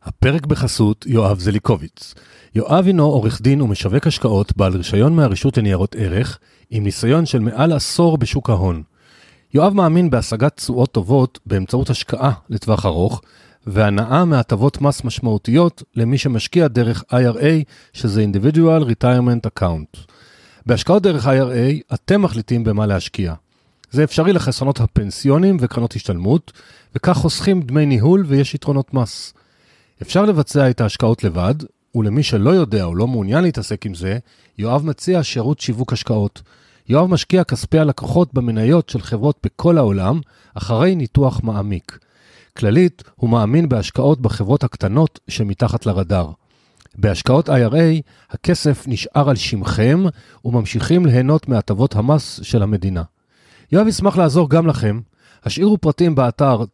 הפרק בחסות יואב זליקוביץ. יואב הינו עורך דין ומשווק השקעות בעל רישיון מהרשות לניירות ערך, עם ניסיון של מעל עשור בשוק ההון. יואב מאמין בהשגת תשואות טובות באמצעות השקעה לטווח ארוך, והנאה מהטבות מס משמעותיות למי שמשקיע דרך IRA, שזה Individual Retirement Account. בהשקעות דרך IRA אתם מחליטים במה להשקיע. זה אפשרי לחסכונות הפנסיונים וקרנות השתלמות, וכך חוסכים דמי ניהול ויש יתרונות מס. אפשר לבצע את ההשקעות לבד, ולמי שלא יודע או לא מעוניין להתעסק עם זה, יואב מציע שירות שיווק השקעות. יואב משקיע כספי הלקוחות במניות של חברות בכל העולם, אחרי ניתוח מעמיק. כללית, הוא מאמין בהשקעות בחברות הקטנות שמתחת לרדאר. בהשקעות IRA, הכסף נשאר על שמכם, וממשיכים ליהנות מהטבות המס של המדינה. יואב ישמח לעזור גם לכם. השאירו פרטים באתר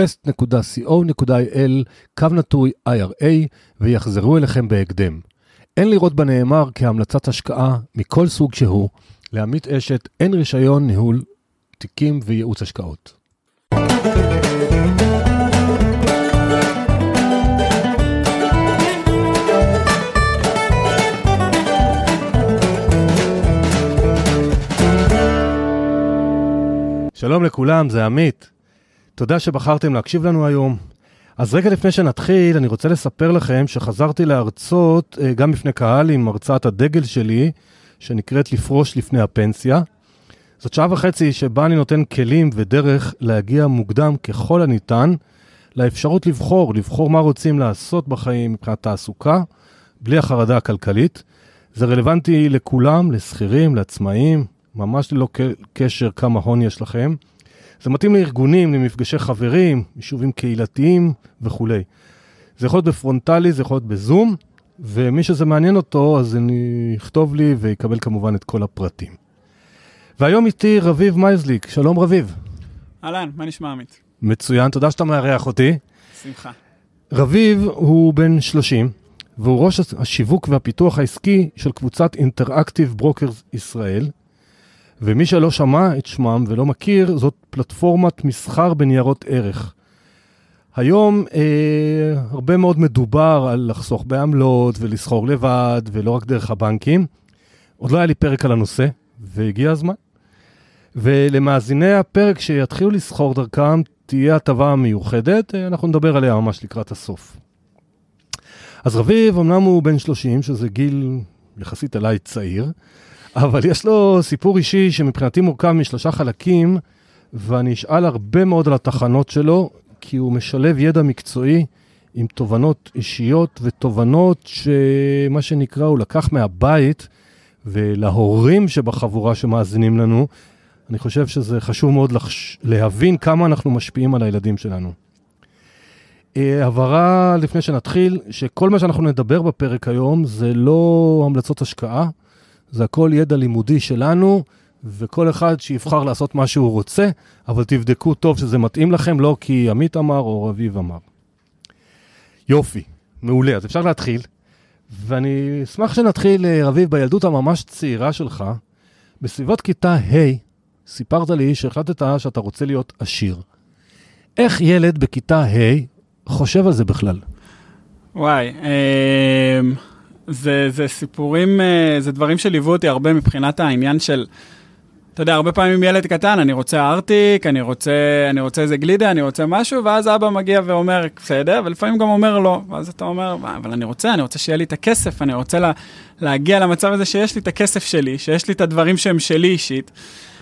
toinvest.co.il/IRA ויחזרו אליכם בהקדם. אין לראות בנאמר כהמלצת השקעה מכל סוג שהוא. לעמית אשת אין רישיון ניהול תיקים וייעוץ השקעות. שלום לכולם, זה עמית. תודה שבחרתם להקשיב לנו היום. אז רגע לפני שנתחיל, אני רוצה לספר לכם שחזרתי להרצות גם בפני קהל עם הרצאת הדגל שלי, שנקראת לפרוש לפני הפנסיה. זאת שעה וחצי שבה אני נותן כלים ודרך להגיע מוקדם ככל הניתן, לאפשרות לבחור מה רוצים לעשות בחיים מבחינת תעסוקה, בלי החרדה הכלכלית. זה רלוונטי לכולם, לשכירים, לעצמאים, ממש ללא קשר כמה הון יש לכם. זה מתאים לארגונים, למפגשי חברים, יישובים קהילתיים וכו'. זה יכול להיות בפרונטלי, זה יכול להיות בזום, ומי שזה מעניין אותו, אז אני יכתוב לי ויקבל כמובן את כל הפרטים. והיום איתי רביב מייזליק. שלום רביב. אהלן, מה נשמע עמית? מצוין, תודה שאתה מארח אותי. שמחה. רביב הוא בן 30, והוא ראש השיווק והפיתוח העסקי של קבוצת אינטראקטיב ברוקרס ישראל, ומי שלא שמע את שמם ולא מכיר, זאת פלטפורמת מסחר בניירות ערך. היום הרבה מאוד מדובר על לחסוך בעמלות ולסחור לבד, ולא רק דרך הבנקים. עוד לא היה לי פרק על הנושא, והגיע הזמן. ולמאזיני הפרק שיתחילו לסחור דרכם, תהיה הטבה מיוחדת, אנחנו נדבר עליה ממש לקראת הסוף. אז רביב, אמנם הוא בן 30, שזה גיל יחסית אליי צעיר, אבל יש לו סיפור אישי שמבחינתי מורכב משלושה חלקים, ואני אשאל הרבה מאוד על התחנות שלו, כי הוא משלב ידע מקצועי עם תובנות אישיות ותובנות שמה שנקרא הוא לקח מהבית, ולהורים שבחבורה שמאזינים לנו, אני חושב שזה חשוב מאוד להבין כמה אנחנו משפיעים על הילדים שלנו. הבהרה לפני שנתחיל, שכל מה שאנחנו נדבר בפרק היום זה לא המלצות השקעה, זה הכל ידע לימודי שלנו, וכל אחד שיבחר לעשות מה שהוא רוצה, אבל תבדקו טוב שזה מתאים לכם, לא כי עמית אמר או רביב אמר. יופי, מעולה, אז אפשר להתחיל. ואני אשמח שנתחיל, רביב, בילדות הממש צעירה שלך, בסביבות כיתה ה' סיפרת לי שהחלטת שאתה רוצה להיות עשיר. איך ילד בכיתה ה' חושב על זה בכלל? וואי, זה סיפורים, זה דברים שליוו אותי הרבה מבחינת העניין של, אתה יודע, הרבה פעמים ילד קטן, אני רוצה ארטיק, אני רוצה איזה גלידה, אני רוצה משהו, ואז אבא מגיע ואומר, בסדר, ולפעמים גם אומר לא, ואז אתה אומר, אבל אני רוצה שיהיה לי את הכסף, אני רוצה להגיע למצב הזה שיש לי את הכסף שלי, שיש לי את הדברים שהם שלי אישית,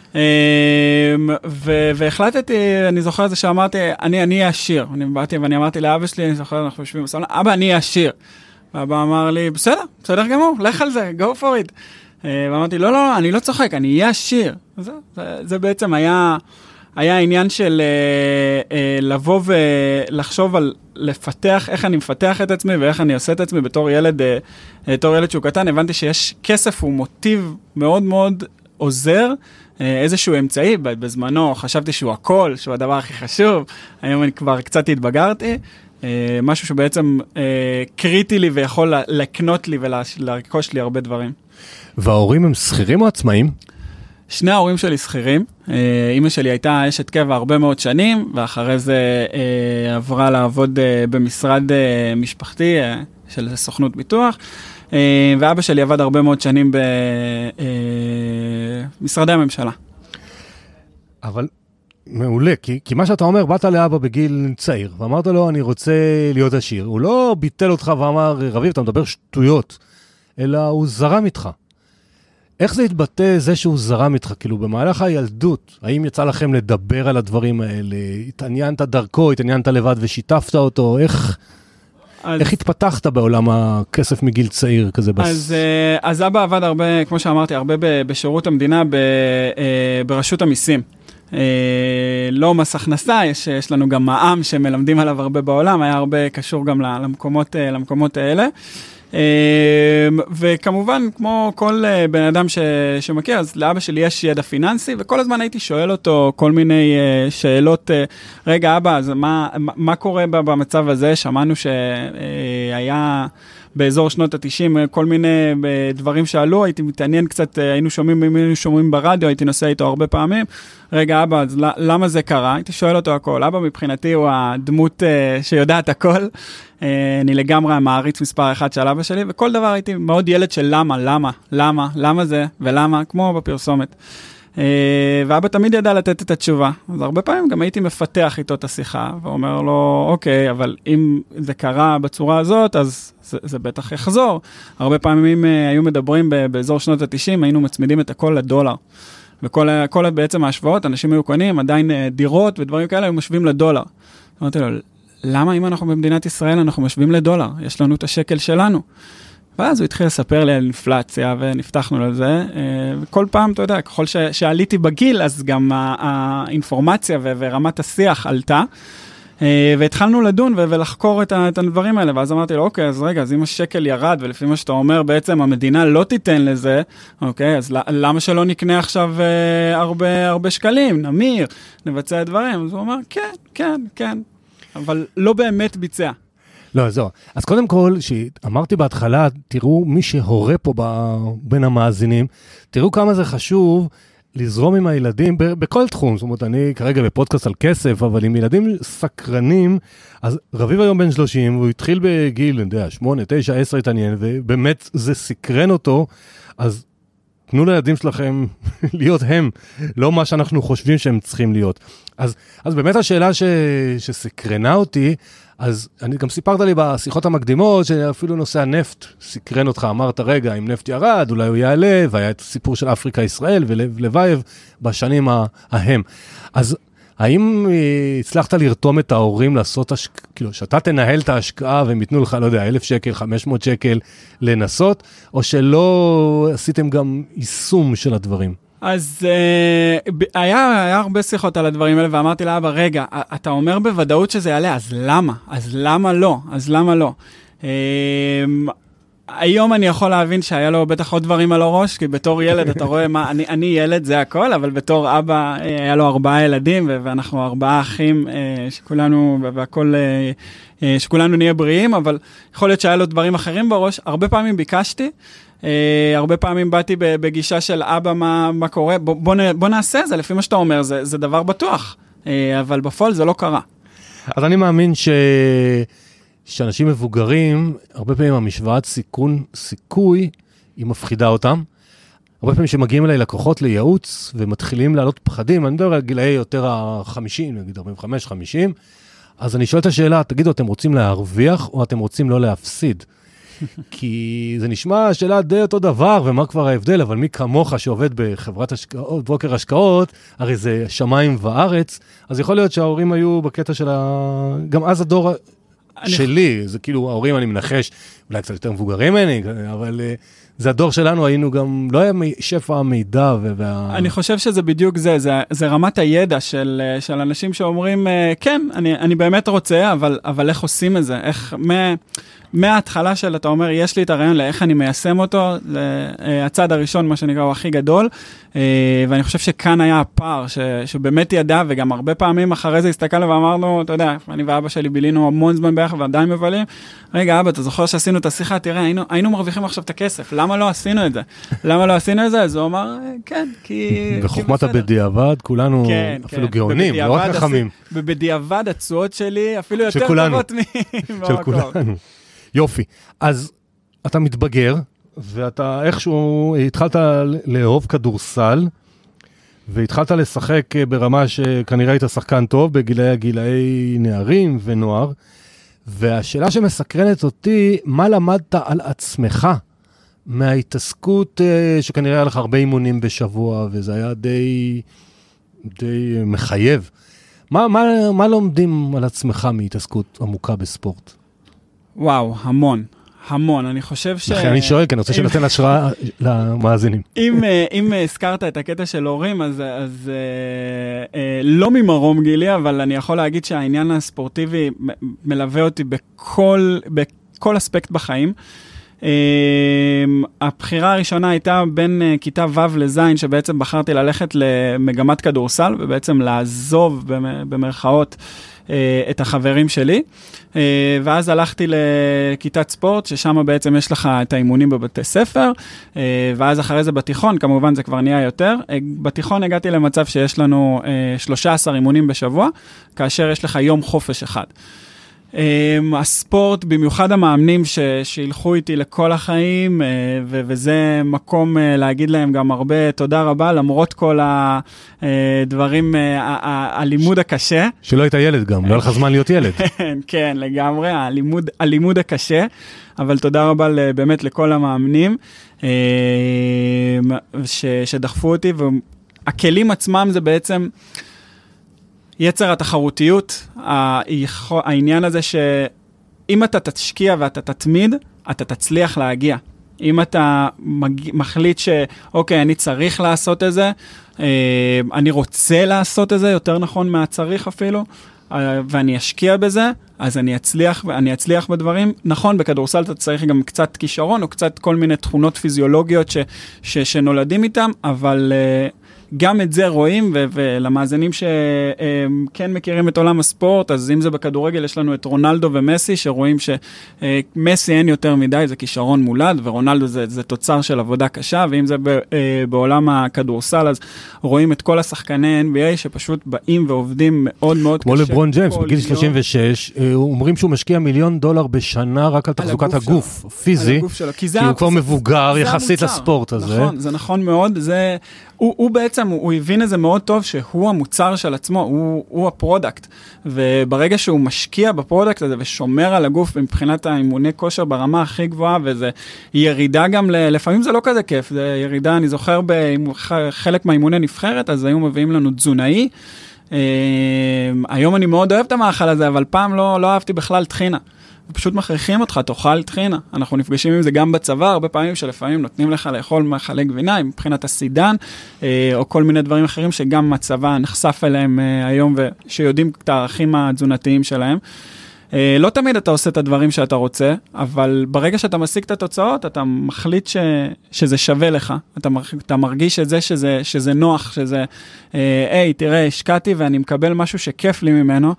והחלטתי, אני זוכר את זה שאמרתי, אני אהיה עשיר, אני באתי ואני אמרתי לאבא שלי, אני זוכר, אנחנו יושבים בסלון, אבא, אני אהיה עשיר, ואבא אמר לי, בסדר גמור, לך על זה, go for it. ואמרתי, לא, אני לא צוחק, אני אהיה עשיר. זה בעצם היה העניין של לבוא ולחשוב על לפתח, איך אני מפתח את עצמי ואיך אני עושה את עצמי בתור ילד שהוא קטן. הבנתי שיש כסף, הוא מוטיב מאוד מאוד עוזר, איזשהו אמצעי, בזמנו חשבתי שהוא הכל, שהוא הדבר הכי חשוב, היום אני כבר קצת התבגרתי, משהו שבעצם קריטי לי ויכול לקנות לי ולרכוש לי הרבה דברים. וההורים הם שכירים או עצמאים? שני ההורים שלי שכירים, אמא שלי הייתה אשת קבע הרבה מאוד שנים, ואחרי זה עברה לעבוד במשרד משפחתי של סוכנות ביטוח, ואבא שלי עבד הרבה מאוד שנים במשרדי הממשלה. אבל מעולה, כי מה שאתה אומר, באת לאבא בגיל צעיר, ואמרת לו, אני רוצה להיות עשיר. הוא לא ביטל אותך ואמר, רביב, אתה מדבר שטויות, אלא הוא זרם איתך. איך זה התבטא זה שהוא זרם איתך? כאילו, במהלך הילדות, האם יצא לכם לדבר על הדברים האלה? התעניינת דרכו, התעניינת לבד ושיתפת אותו? איך התפתחת בעולם הכסף מגיל צעיר כזה? אז אבא עבד הרבה, כמו שאמרתי, הרבה בשירות המדינה, ברשות המיסים. לא מס הכנסה, יש לנו גם מע"מ שמלמדים עליו הרבה בעולם, היה הרבה קשור גם למקומות האלה. וכמובן, כמו כל בן אדם שמכיר, אז לאבא שלי יש ידע פיננסי, וכל הזמן הייתי שואל אותו כל מיני שאלות, רגע אבא, אז מה קורה במצב הזה? שמענו שהיה באזור שנות ה-90 כל מיני דברים שעלו, הייתי מתעניין קצת, היינו שומעים ברדיו, הייתי נוסע איתו הרבה פעמים, רגע אבא, אז למה זה קרה? הייתי שואל אותו הכל, אבא מבחינתי הוא הדמות שיודעת הכל, אני לגמרי מעריץ מספר אחד של אבא שלי, וכל דבר הייתי מאוד ילד של למה זה ולמה, כמו בפרסומת. ואבא תמיד ידע לתת את התשובה, אז הרבה פעמים גם הייתי מפתח איתו את השיחה, ואומר לו, אוקיי, אבל אם זה קרה בצורה הזאת, אז זה בטח יחזור. הרבה פעמים היו מדברים באזור שנות ה-90, היינו מצמידים את הכל לדולר. וכל בעצם ההשוואות, אנשים היו קונים, עדיין דירות ודברים כאלה, היו משווים לדולר. אמרתי לו, למה אם אנחנו במדינת ישראל, אנחנו משווים לדולר? יש לנו את השקל שלנו. ואז הוא התחיל לספר לי על אינפלציה, ונפתחנו לזה. וכל פעם, אתה יודע, ככל שעליתי בגיל, אז גם האינפורמציה ורמת השיח עלתה. והתחלנו לדון ולחקור את הדברים האלה, ואז אמרתי לו, אוקיי, אז רגע, אז אם השקל ירד, ולפי מה שאתה אומר, בעצם המדינה לא תיתן לזה, אוקיי, אז למה שלא נקנה עכשיו הרבה שקלים, נמיר, נבצע דברים? אז הוא אמר, כן, אבל לא באמת ביצע. לא, זהו. אז קודם כל, שאמרתי בהתחלה, תראו מי שהורה פה בין המאזינים, תראו כמה זה חשוב לזרום עם הילדים בכל תחום. זאת אומרת, אני כרגע בפודקאסט על כסף, אבל עם ילדים סקרנים, אז רביב היום בן 30, והוא התחיל בגיל, אני יודע, 8, 9, 10 התעניין, ובאמת זה סקרן אותו, אז תנו לילדים שלכם להיות הם, לא מה שאנחנו חושבים שהם צריכים להיות. אז באמת השאלה שסקרנה אותי, אז אני גם סיפרת לי בשיחות המקדימות, שאפילו נושא הנפט סקרן אותך, אמרת רגע, אם נפט ירד, אולי הוא יעלה, והיה את הסיפור של אפריקה ישראל ולבייב בשנים ההם. אז האם הצלחת לרתום את ההורים לעשות, כאילו, שאתה תנהל את ההשקעה והם ייתנו לך, לא יודע, 1,000 שקל, 500 שקל לנסות, או שלא עשיתם גם יישום של הדברים? אז היה הרבה שיחות על הדברים האלה, ואמרתי לאבא, רגע, אתה אומר בוודאות שזה יעלה, אז למה? אז למה לא? היום אני יכול להבין שהיה לו בטח עוד דברים על הראש, כי בתור ילד אתה רואה מה, אני ילד זה הכל, אבל בתור אבא היה לו 4 ילדים, ואנחנו 4 אחים שכולנו, והכל, שכולנו נהיה בריאים, אבל יכול להיות שהיה לו דברים אחרים בראש. הרבה פעמים ביקשתי, הרבה פעמים באתי בגישה של אבא, מה קורה, בוא נעשה זה, לפי מה שאתה אומר, זה דבר בטוח, אבל בפועל זה לא קרה. אז אני מאמין שאנשים מבוגרים, הרבה פעמים המשוואת סיכוי, היא מפחידה אותם. הרבה פעמים שמגיעים אליי לקוחות לייעוץ, ומתחילים לעלות פחדים, אני מדבר על גילאי יותר ה-50, נגיד 45-50, אז אני שואל את השאלה, תגידו, אתם רוצים להרוויח, או אתם רוצים לא להפסיד? כי זה נשמע שאלה די אותו דבר, ומה כבר ההבדל, אבל מי כמוך שעובד בחברת השקעות, ברוקר השקעות, הרי זה שמיים וארץ, אז יכול להיות שההורים היו בקטע של גם אז הדור שלי, זה כאילו ההורים, אני מנחש, אולי קצת יותר מבוגרים ממני, אבל זה הדור שלנו, היינו גם, לא היה שפע המידע אני חושב שזה בדיוק זה רמת הידע של אנשים שאומרים, כן, אני באמת רוצה, אבל איך עושים את זה? איך, מההתחלה של, אתה אומר, יש לי את הרעיון לאיך אני מיישם אותו, הצד הראשון, מה שנקרא, הוא הכי גדול, ואני חושב שכאן היה הפער, שבאמת ידע, וגם הרבה פעמים אחרי זה הסתכלנו ואמרנו, אתה יודע, אני ואבא שלי בילינו המון זמן ביחד, ועדיין מבלים, רגע, אבא, אתה זוכר שעשינו את השיחה, תראה, היינו מרוויחים עכשיו את הכסף, למה לא עשינו את זה? למה לא עשינו את זה? אז הוא אמר, כן, כי... בחוכמת הבדיעבד, כולנו אפילו גאונים, לא רק חכמים. בדיעבד התשואות שלי אפילו יותר טובות של כולנו. יופי. אז אתה מתבגר, ואתה איכשהו התחלת לאהוב כדורסל, והתחלת לשחק ברמה שכנראה היית שחקן טוב, בגילאי נערים ונוער, והשאלה שמסקרנת אותי, מה למדת על עצמך מההתעסקות שכנראה היה לך הרבה אימונים בשבוע, וזה היה די מחייב. מה לומדים על עצמך מהתעסקות עמוקה בספורט? וואו, המון, אני חושב לכן אני שואל, כי אני רוצה שנותן השראה למאזינים. אם הזכרת את הקטע של הורים, אז לא ממרום גילי, אבל אני יכול להגיד שהעניין הספורטיבי מלווה אותי בכל אספקט בחיים. הבחירה הראשונה הייתה בין כיתה ו' לזין, שבעצם בחרתי ללכת למגמת כדורסל, ובעצם לעזוב במרכאות את החברים שלי, ואז הלכתי לכיתת ספורט, ששם בעצם יש לך את האימונים בבתי ספר, ואז אחרי זה בתיכון, כמובן זה כבר נהיה יותר, בתיכון הגעתי למצב שיש לנו 13 אימונים בשבוע, כאשר יש לך יום חופש אחד. הספורט, במיוחד המאמנים שילכו איתי לכל החיים, וזה מקום להגיד להם גם הרבה תודה רבה, למרות כל הדברים, הלימוד הקשה. שלא היית ילד גם, לא היה לך זמן להיות ילד. כן, לגמרי, הלימוד הקשה, אבל תודה רבה באמת לכל המאמנים שדחפו אותי, והכלים עצמם זה בעצם... יצר התחרותיות, העניין הזה שאם אתה תשקיע ואתה תתמיד, אתה תצליח להגיע. אם אתה מחליט שאוקיי, אני צריך לעשות את זה, אני רוצה לעשות את זה, יותר נכון מהצריך אפילו, ואני אשקיע בזה, אז אני אצליח בדברים. נכון, בכדורסל אתה צריך גם קצת כישרון, או קצת כל מיני תכונות פיזיולוגיות שנולדים איתם, אבל... גם את זה רואים, ולמאזינים שכן מכירים את עולם הספורט, אז אם זה בכדורגל, יש לנו את רונלדו ומסי, שרואים שמסי אין יותר מדי, זה כישרון מולד, ורונלדו זה תוצר של עבודה קשה, ואם זה בעולם הכדורסל, אז רואים את כל השחקני NBA, שפשוט באים ועובדים מאוד מאוד קשה. כמו לברון ג'יימס, בגיל 36, אומרים שהוא משקיע $1,000,000 בשנה, רק על תחזוקת הגוף, פיזי, כי הוא כבר מבוגר יחסית לספורט הזה. נכון, זה נכון מאוד, הוא בעצם, הוא הבין את זה מאוד טוב, שהוא המוצר של עצמו, הוא הפרודקט, וברגע שהוא משקיע בפרודקט הזה, ושומר על הגוף מבחינת האימוני כושר ברמה הכי גבוהה, וזה ירידה גם, לפעמים זה לא כזה כיף, זה ירידה, אני זוכר בחלק מהאימוני נבחרת, אז היו מביאים לנו תזונאי, היום אני מאוד אוהב את המאכל הזה, אבל פעם לא אהבתי בכלל טחינה, פשוט מכריחים אותך, תאכל טחינה. אנחנו נפגשים עם זה גם בצבא, הרבה פעמים שלפעמים נותנים לך לאכול מאכלי גבינה, מבחינת הסידן, או כל מיני דברים אחרים שגם הצבא נחשף אליהם היום, ושיודעים את הערכים התזונתיים שלהם. לא תמיד אתה עושה את הדברים שאתה רוצה, אבל ברגע שאתה משיג את התוצאות, אתה מחליט שזה שווה לך. אתה מרגיש את זה שזה נוח, שזה, היי, תראה, השקעתי ואני מקבל משהו שכיף לי ממנו,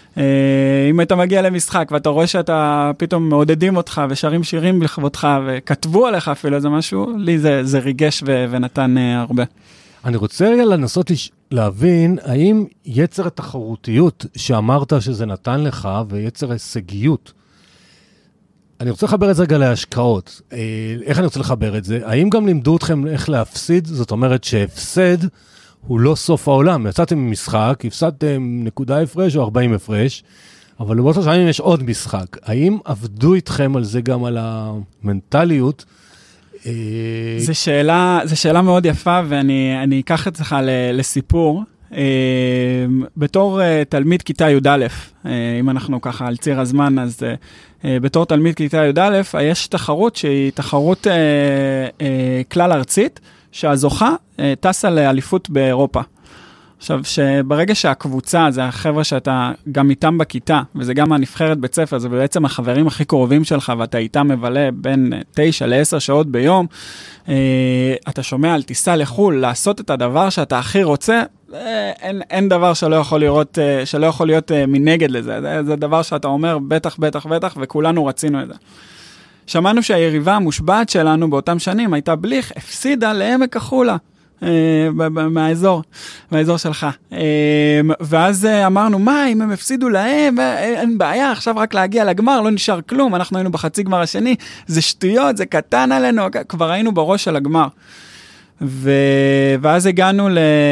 אם אתה מגיע למשחק ואתה רואה שאתה פתאום מעודדים אותך ושרים שירים לכבודך וכתבו עליך אפילו איזה משהו, לי זה ריגש ונתן הרבה. אני רוצה רגע לנסות להבין, האם יצר התחרותיות שאמרת שזה נתן לך ויצר הישגיות, אני רוצה לחבר את זה רגע להשקעות. איך אני רוצה לחבר את זה? האם גם לימדו אתכם איך להפסיד? זאת אומרת שהפסד הוא לא סוף העולם. יצאתם ממשחק, הפסדתם נקודה הפרש או 40 הפרש, אבל באותו שנים יש עוד משחק. האם עבדו איתכם על זה גם על המנטליות? זו שאלה מאוד יפה, ואני אקח את זה לסיפור. בתור תלמיד כיתה י"א, אם אנחנו ככה על ציר הזמן, אז בתור תלמיד כיתה י"א, יש תחרות שהיא תחרות כלל ארצית, שהזוכה טסה לאליפות באירופה. עכשיו, שברגע שהקבוצה, זה החבר'ה שאתה גם איתם בכיתה, וזה גם הנבחרת בית ספר, זה בעצם החברים הכי קרובים שלך, ואתה איתם מבלה בין 9 ל-10 שעות ביום, אתה שומע על טיסה לחול, לעשות את הדבר שאתה הכי רוצה, אין דבר שלא יכול להיות מנגד לזה. זה דבר שאתה אומר, בטח, בטח, בטח, וכולנו רצינו את זה. שמענו שהיריבה המושבעת שלנו באותם שנים הייתה בליך, הפסידה לעמק החולה. מהאזור שלך. ואז אמרנו, מה, אם הם הפסידו להם, אין בעיה, עכשיו רק להגיע לגמר, לא נשאר כלום, אנחנו היינו בחצי גמר השני, זה שטויות, זה קטן עלינו, כבר היינו בראש של הגמר. ואז הגענו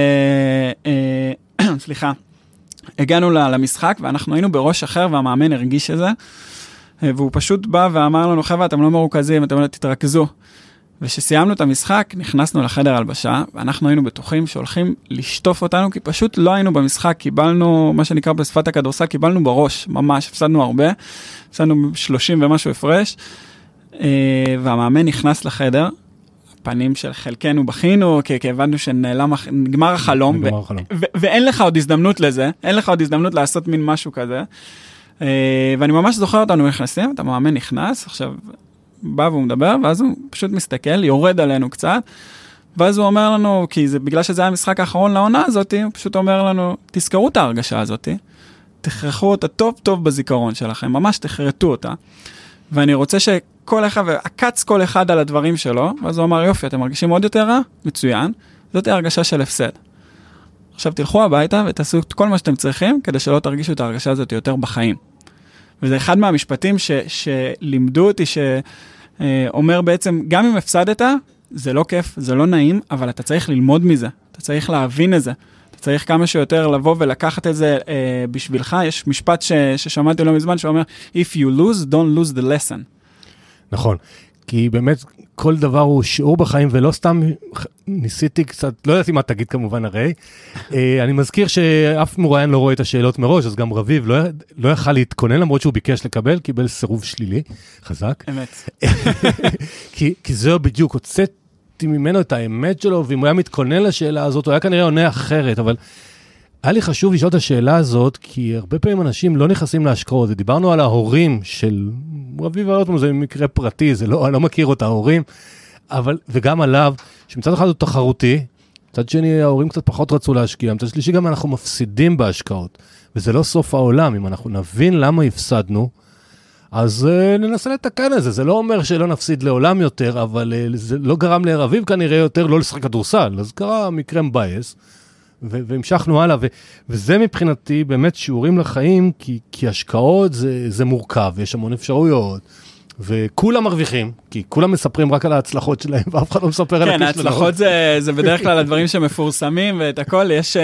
הגענו למשחק, ואנחנו היינו בראש אחר, והמאמן הרגיש את זה, והוא פשוט בא ואמר לנו, חבר'ה, אתם לא מרוכזים, אתם תתרכזו. ושסיימנו את המשחק, נכנסנו לחדר הלבשה, ואנחנו היינו בטוחים שהולכים לשטוף אותנו, כי פשוט לא היינו במשחק, קיבלנו, מה שנקרא בשפת הכדורסל, קיבלנו בראש, ממש, הפסדנו הרבה, הפסדנו 30 ומשהו הפרש, והמאמן נכנס לחדר, הפנים של חלקנו בכינו, כי הבנו שנגמר החלום, ואין לך עוד הזדמנות לזה, אין לך עוד הזדמנות לעשות מין משהו כזה, ואני ממש זוכר אותנו נכנסים, את המאמן נכנס, עכשיו בא והוא מדבר, ואז הוא פשוט מסתכל, יורד עלינו קצת, ואז הוא אומר לנו, כי זה בגלל שזה היה המשחק האחרון לעונה הזאת, הוא פשוט אומר לנו, תזכרו את ההרגשה הזאת, תכרחו אותה טוב טוב בזיכרון שלכם, ממש תחרטו אותה, ואני רוצה שכל אחד, ועקץ כל אחד על הדברים שלו, ואז הוא אמר, יופי, אתם מרגישים עוד יותר רע? מצוין, זאת ההרגשה של הפסד. עכשיו תלכו הביתה ותעשו את כל מה שאתם צריכים, כדי שלא תרגישו את ההרגשה הזאת יותר בחיים. וזה אחד מהמשפטים שלימדו אותי, שאומר בעצם, גם אם הפסדת, זה לא כיף, זה לא נעים, אבל אתה צריך ללמוד מזה, אתה צריך להבין את זה, אתה צריך כמה שיותר לבוא ולקחת את זה בשבילך. יש משפט ששמעתי לא מזמן, שאומר, If you lose, don't lose the lesson. נכון, כי באמת כל דבר הוא שיעור בחיים, ולא סתם ניסיתי קצת, לא יודעת מה תגיד כמובן הרי, אני מזכיר שאף מוראיין לא רואה את השאלות מראש, אז גם רביב לא יכל להתכונן, למרות שהוא ביקש לקבל, קיבל סירוב שלילי, חזק. אמת. כי זהו בדיוק, הוצאתי ממנו את האמת שלו, ואם הוא היה מתכונן לשאלה הזאת, הוא היה כנראה עונה אחרת, אבל היה לי חשוב לשאול את השאלה הזאת, כי הרבה פעמים אנשים לא נכנסים להשקעות, ודיברנו על ההורים של רביב אלוטמן, זה מקרה פרטי, זה לא, אני לא מכיר אותה, ההורים, אבל, וגם עליו, שמצד אחד הוא תחרותי, מצד שני ההורים קצת פחות רצו להשקיע, מצד שלישי גם אנחנו מפסידים בהשקעות, וזה לא סוף העולם, אם אנחנו נבין למה הפסדנו, אז ננסה לתקן את זה, זה לא אומר שלא נפסיד לעולם יותר, אבל זה לא גרם לרביב כנראה יותר לא לשחק כדורסל, אז קרה מקרה מבייס, והמשכנו הלאה, וזה מבחינתי באמת שיעורים לחיים, כי השקעות זה מורכב, יש המון אפשרויות, וכולם מרוויחים, כי כולם מספרים רק על ההצלחות שלהם, ואף אחד לא מספר על הכישלונות. כן, ההצלחות זה בדרך כלל הדברים שמפורסמים, ואת הכל, יש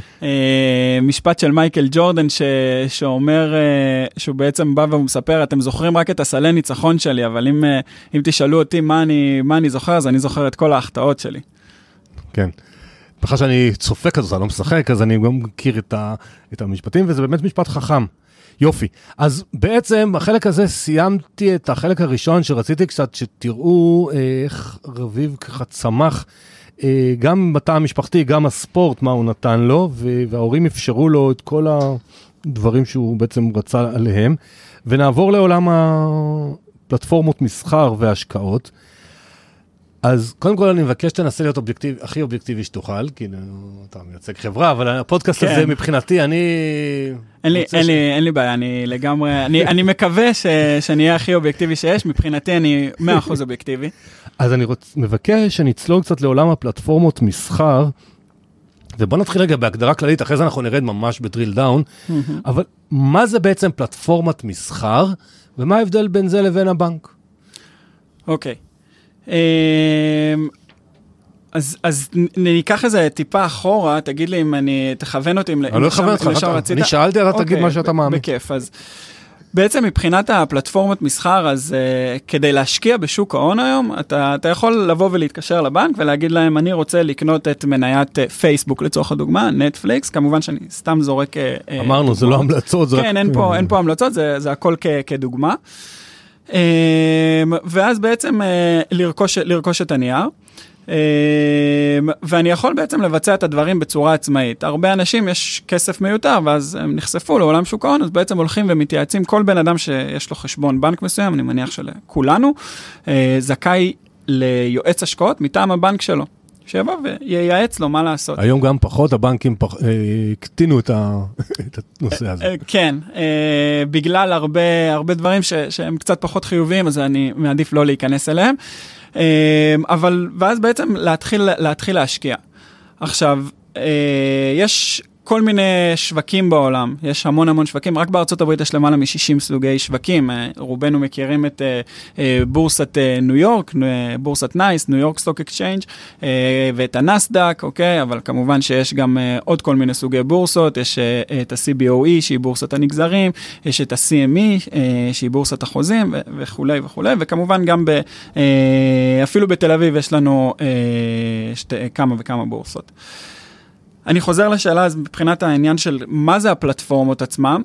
משפט של מייקל ג'ורדן, שאומר, שהוא בעצם בא והוא מספר, אתם זוכרים רק את הסלי ניצחון שלי, אבל אם תשאלו אותי מה אני זוכר, אז אני זוכר את כל ההחטאות שלי. כן. בכלל שאני צופה כזאת, לא משחק, אז אני גם מכיר את המשפטים, וזה באמת משפט חכם. יופי. אז בעצם, החלק הזה סיימתי את החלק הראשון, שרציתי קצת שתראו איך רביב ככה צמח, גם בתא המשפחתי, גם הספורט, מה הוא נתן לו, וההורים אפשרו לו את כל הדברים שהוא בעצם רצה עליהם, ונעבור לעולם הפלטפורמות מסחר והשקעות. אז קודם כל אני מבקש שתנסה להיות הכי אובייקטיבי שתוכל, כי אתה מייצג חברה, אבל הפודקאסט הזה מבחינתי, אין לי בעיה, אני לגמרי, אני מקווה שאני אהיה הכי אובייקטיבי שיש, מבחינתי אני 100% אובייקטיבי. אז אני מבקש שנצלול קצת לעולם הפלטפורמות מסחר, ובוא נתחיל רגע בהגדרה כללית, אחרי זה אנחנו נרד ממש בדריל דאון, אבל מה זה בעצם פלטפורמת מסחר, ומה ההבדל בין זה לבין הבנק? אוקיי. אז ניקח איזה טיפה אחורה, תגיד לי אם תכוון אותי, אני לא אכוון אותך, אני שאלתי, אתה תגיד מה שאתה מאמין. בכיף, אז בעצם מבחינת הפלטפורמת מסחר, אז כדי להשקיע בשוק ההון היום, אתה יכול לבוא ולהתקשר לבנק ולהגיד להם, אני רוצה לקנות את מניית פייסבוק לצורך הדוגמה, נטפליקס, כמובן שאני סתם זורק... אמרנו, זה לא המלצות. כן, אין פה המלצות, זה הכל כדוגמה. ואז בעצם לרכוש את הנייר, ואני יכול בעצם לבצע את הדברים בצורה עצמאית. הרבה אנשים יש כסף מיותר, ואז הם נחשפו לעולם שוק ההון, אז בעצם הולכים ומתייעצים, כל בן אדם שיש לו חשבון בנק מסוים, אני מניח שלכולנו, זכאי ליועץ השקעות מטעם הבנק שלו. שיבוא וייעץ לו מה לעשות. היום גם פחות, הבנקים הקטינו את הנושא הזה. כן, בגלל הרבה דברים שהם קצת פחות חיוביים, אז אני מעדיף לא להיכנס אליהם. אבל, ואז בעצם להתחיל להשקיע. עכשיו, יש כל מיני שווקים בעולם, יש המון שווקים, רק בארצות הברית יש למעלה מ-60 סוגי שווקים, רובנו מכירים את בורסת ניו יורק, בורסת נייס, ניו יורק סטוק אקסצ'יינג' ואת הנסדק, אוקיי, אבל כמובן שיש גם עוד כל מיני סוגי בורסות, יש את ה-CBOE שהיא בורסת הנגזרים, יש את ה-CME שהיא בורסת החוזים וכו' וכו', וכמובן גם אפילו בתל אביב יש לנו כמה וכמה בורסות. אני חוזר לשאלה, אז מבחינת העניין של מה זה הפלטפורמות עצמם,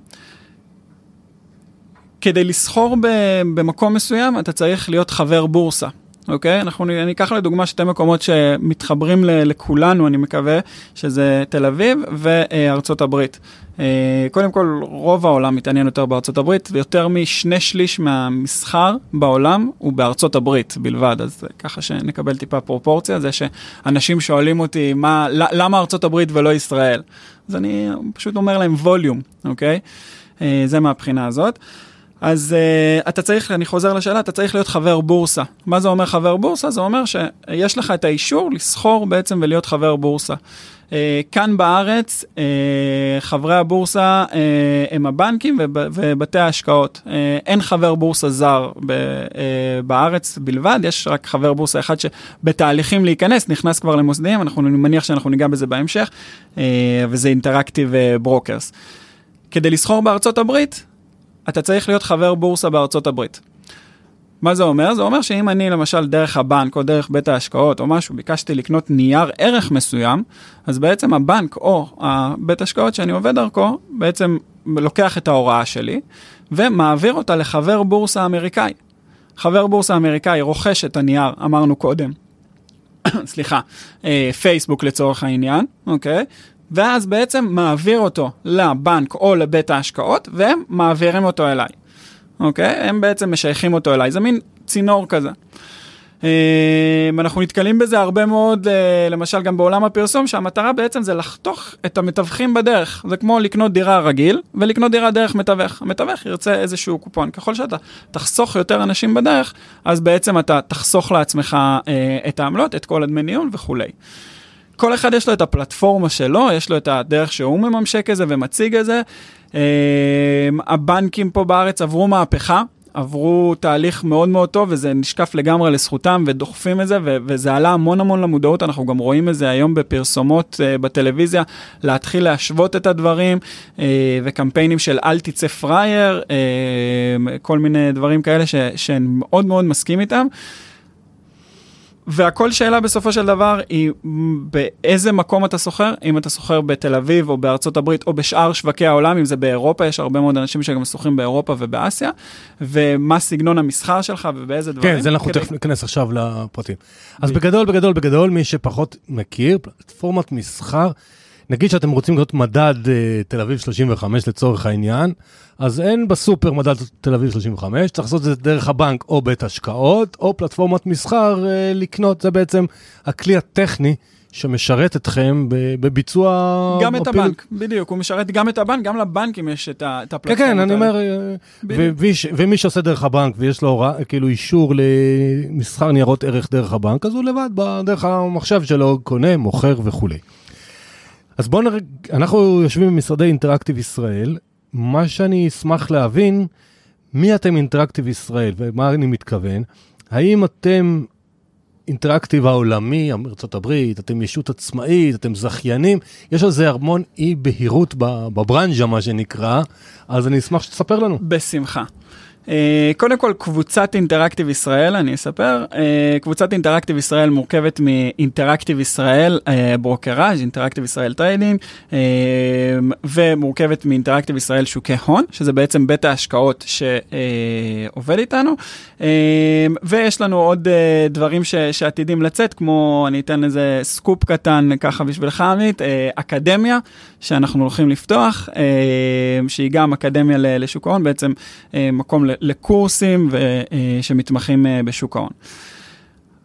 כדי לסחור במקום מסוים, אתה צריך להיות חבר בורסה, אוקיי? אני אקח לדוגמה שתי מקומות שמתחברים לכולנו, אני מקווה, שזה תל אביב וארצות הברית. קודם כל, רוב העולם מתעניין יותר בארצות הברית, ויותר מ2/3 מהמסחר בעולם הוא בארצות הברית בלבד, אז ככה שנקבל טיפה פרופורציה, זה שאנשים שואלים אותי, למה ארצות הברית ולא ישראל? אז אני פשוט אומר להם ווליום, אוקיי? זה מהבחינה הזאת. אז אתה צריך, אני חוזר לשאלה, אתה צריך להיות חבר בורסה. מה זה אומר חבר בורסה? זה אומר שיש לך את האישור לסחור בעצם ולהיות חבר בורסה. כאן בארץ, חברי הבורסה הם הבנקים ובתי ההשקעות. אין חבר בורסה זר בארץ בלבד, יש רק חבר בורסה אחד שבתהליכים להיכנס, נכנס כבר למוסדיים, אני מניח שאנחנו ניגע בזה בהמשך, וזה אינטראקטיב ברוקרס. כדי לסחור בארצות הברית, אתה צריך להיות חבר בורסה בארצות הברית. מה זה אומר? זה אומר שאם אני למשל דרך הבנק או דרך בית ההשקעות או משהו, ביקשתי לקנות נייר ערך מסוים, אז בעצם הבנק או בית ההשקעות שאני עובד דרכו, בעצם לוקח את ההוראה שלי, ומעביר אותה לחבר בורסה אמריקאי. חבר בורסה אמריקאי רוכש את הנייר, אמרנו קודם, סליחה, פייסבוק לצורך העניין, אוקיי? ואז בעצם מעביר אותו לבנק או לבית ההשקעות, והם מעבירים אותו אליי. אוקיי? הם בעצם משייכים אותו אליי. זה מין צינור כזה. אנחנו נתקלים בזה הרבה מאוד, למשל גם בעולם הפרסום, שהמטרה בעצם זה לחתוך את המתווכים בדרך. זה כמו לקנות דירה רגיל, ולקנות דירה דרך מתווך. המתווך ירצה איזשהו קופון. ככל שאתה תחסוך יותר אנשים בדרך, אז בעצם אתה תחסוך לעצמך את העמלות, את כל הדמי ניהול וכו'. כל אחד יש לו את הפלטפורמה שלו, יש לו את הדרך שהוא מממשק את זה ומציג את זה. הבנקים פה בארץ עברו מהפכה, עברו תהליך מאוד מאוד טוב, וזה נשקף לגמרי לזכותם, ודוחפים את זה, וזה עלה המון למודעות, אנחנו גם רואים את זה היום בפרסומות בטלוויזיה, להתחיל להשוות את הדברים, וקמפיינים של אל תצא פרייר, כל מיני דברים כאלה שאני מאוד מאוד מסכים איתם, והכל שאלה בסופו של דבר היא באיזה מקום אתה סוחר, אם אתה סוחר בתל אביב או בארצות הברית או בשאר שווקי העולם, אם זה באירופה, יש הרבה מאוד אנשים שגם סוחרים באירופה ובאסיה, ומה סגנון המסחר שלך ובאיזה דברים. כן, זה אנחנו תכף ניכנס עכשיו לפרטים. אז בגדול, מי שפחות מכיר, פלטפורמת מסחר, נגיד שאתם רוצים להיות מדד תל אביב 35 לצורך העניין, אז אין בסופר מדד תל אביב 35, צריך לעשות את זה דרך הבנק או בית השקעות, או פלטפורמת מסחר לקנות, זה בעצם הכלי הטכני שמשרת אתכם בביצוע... גם את הבנק, בדיוק, הוא משרת גם את הבנק, גם לבנקים יש את הפלטפורמה. כן, אני אומר, ומי שעושה דרך הבנק ויש לו כאילו אישור למסחר ניירות ערך דרך הבנק, אז הוא לבד דרך המחשב שלו קונה, מוכר וכו'. אז בואו נראה, אנחנו יושבים במשרדי אינטראקטיב ישראל, מה שאני אשמח להבין, מי אתם אינטראקטיב ישראל, ומה אני מתכוון, האם אתם אינטראקטיב העולמי, ארצות הברית, אתם ישות עצמאית, אתם זכיינים, יש על זה המון אי בהירות בברנז'ה, מה שנקרא, אז אני אשמח שתספר לנו. בשמחה. קודם כל, קבוצת אינטראקטיב ישראל, אני אספר, קבוצת אינטראקטיב ישראל מורכבת מאינטראקטיב ישראל ברוקראז', אינטראקטיב ישראל טריידינג, ומורכבת מאינטראקטיב ישראל שוקי הון, שזה בעצם בית ההשקעות שעובד איתנו, ויש לנו עוד דברים שעתידים לצאת, כמו אני אתן איזה סקופ קטן ככה בשבילך עמית, אקדמיה, שאנחנו הולכים לפתוח, שהיא גם אקדמיה לשוק ההון, בעצם מקום לקורסים שמתמחים בשוק ההון.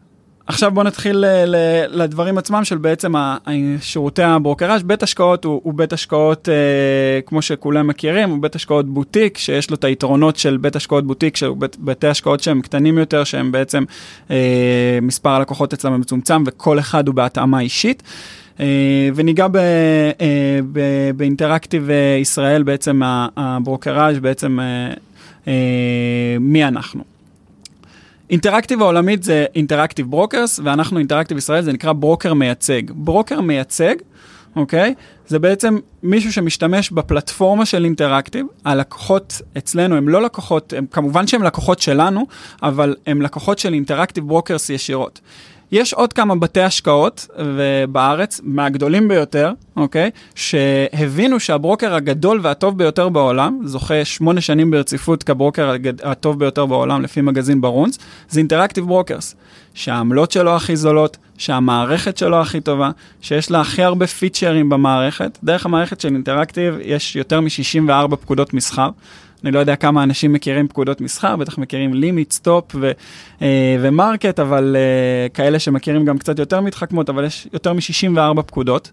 עכשיו בוא נתחיל לדברים עצמם של בעצם שירותי הברוקראז'. בית השקעות הוא בית השקעות, כמו שכולם מכירים, הוא בית השקעות בוטיק, שיש לו את היתרונות של בית השקעות בוטיק, שהוא בתי השקעות שהם קטנים יותר, שהם בעצם מספר הלקוחות אצלם מצומצם, וכל אחד הוא בהתאמה אישית. וניגע באינטראקטיב ישראל, בעצם הברוקראז' בעצם מי אנחנו. אינטראקטיב העולמית זה אינטראקטיב ברוקרס, ואנחנו אינטראקטיב ישראל, זה נקרא ברוקר מייצג. ברוקר מייצג, אוקיי? זה בעצם מישהו שמשתמש בפלטפורמה של אינטראקטיב. הלקוחות אצלנו הם לא לקוחות, כמובן שהם לקוחות שלנו, אבל הם לקוחות של אינטראקטיב ברוקרס ישירות. יש עוד כמה בתי השקעות בארץ, מהגדולים ביותר, אוקיי? שהבינו שהברוקר הגדול והטוב ביותר בעולם, זוכה 8 שנים ברציפות כברוקר הטוב ביותר בעולם, לפי מגזין ברונס, זה אינטראקטיב ברוקרס. שהעמלות שלו הכי זולות, שהמערכת שלו הכי טובה, שיש לה הכי הרבה פיצ'רים במערכת. דרך המערכת של אינטראקטיב יש יותר מ-64 פקודות מסחר. אני לא יודע כמה אנשים מכירים פקודות מסחר, בטח מכירים לימיט, סטופ ומרקט, אבל כאלה שמכירים גם קצת יותר מתחכמות, אבל יש יותר מ-64 פקודות.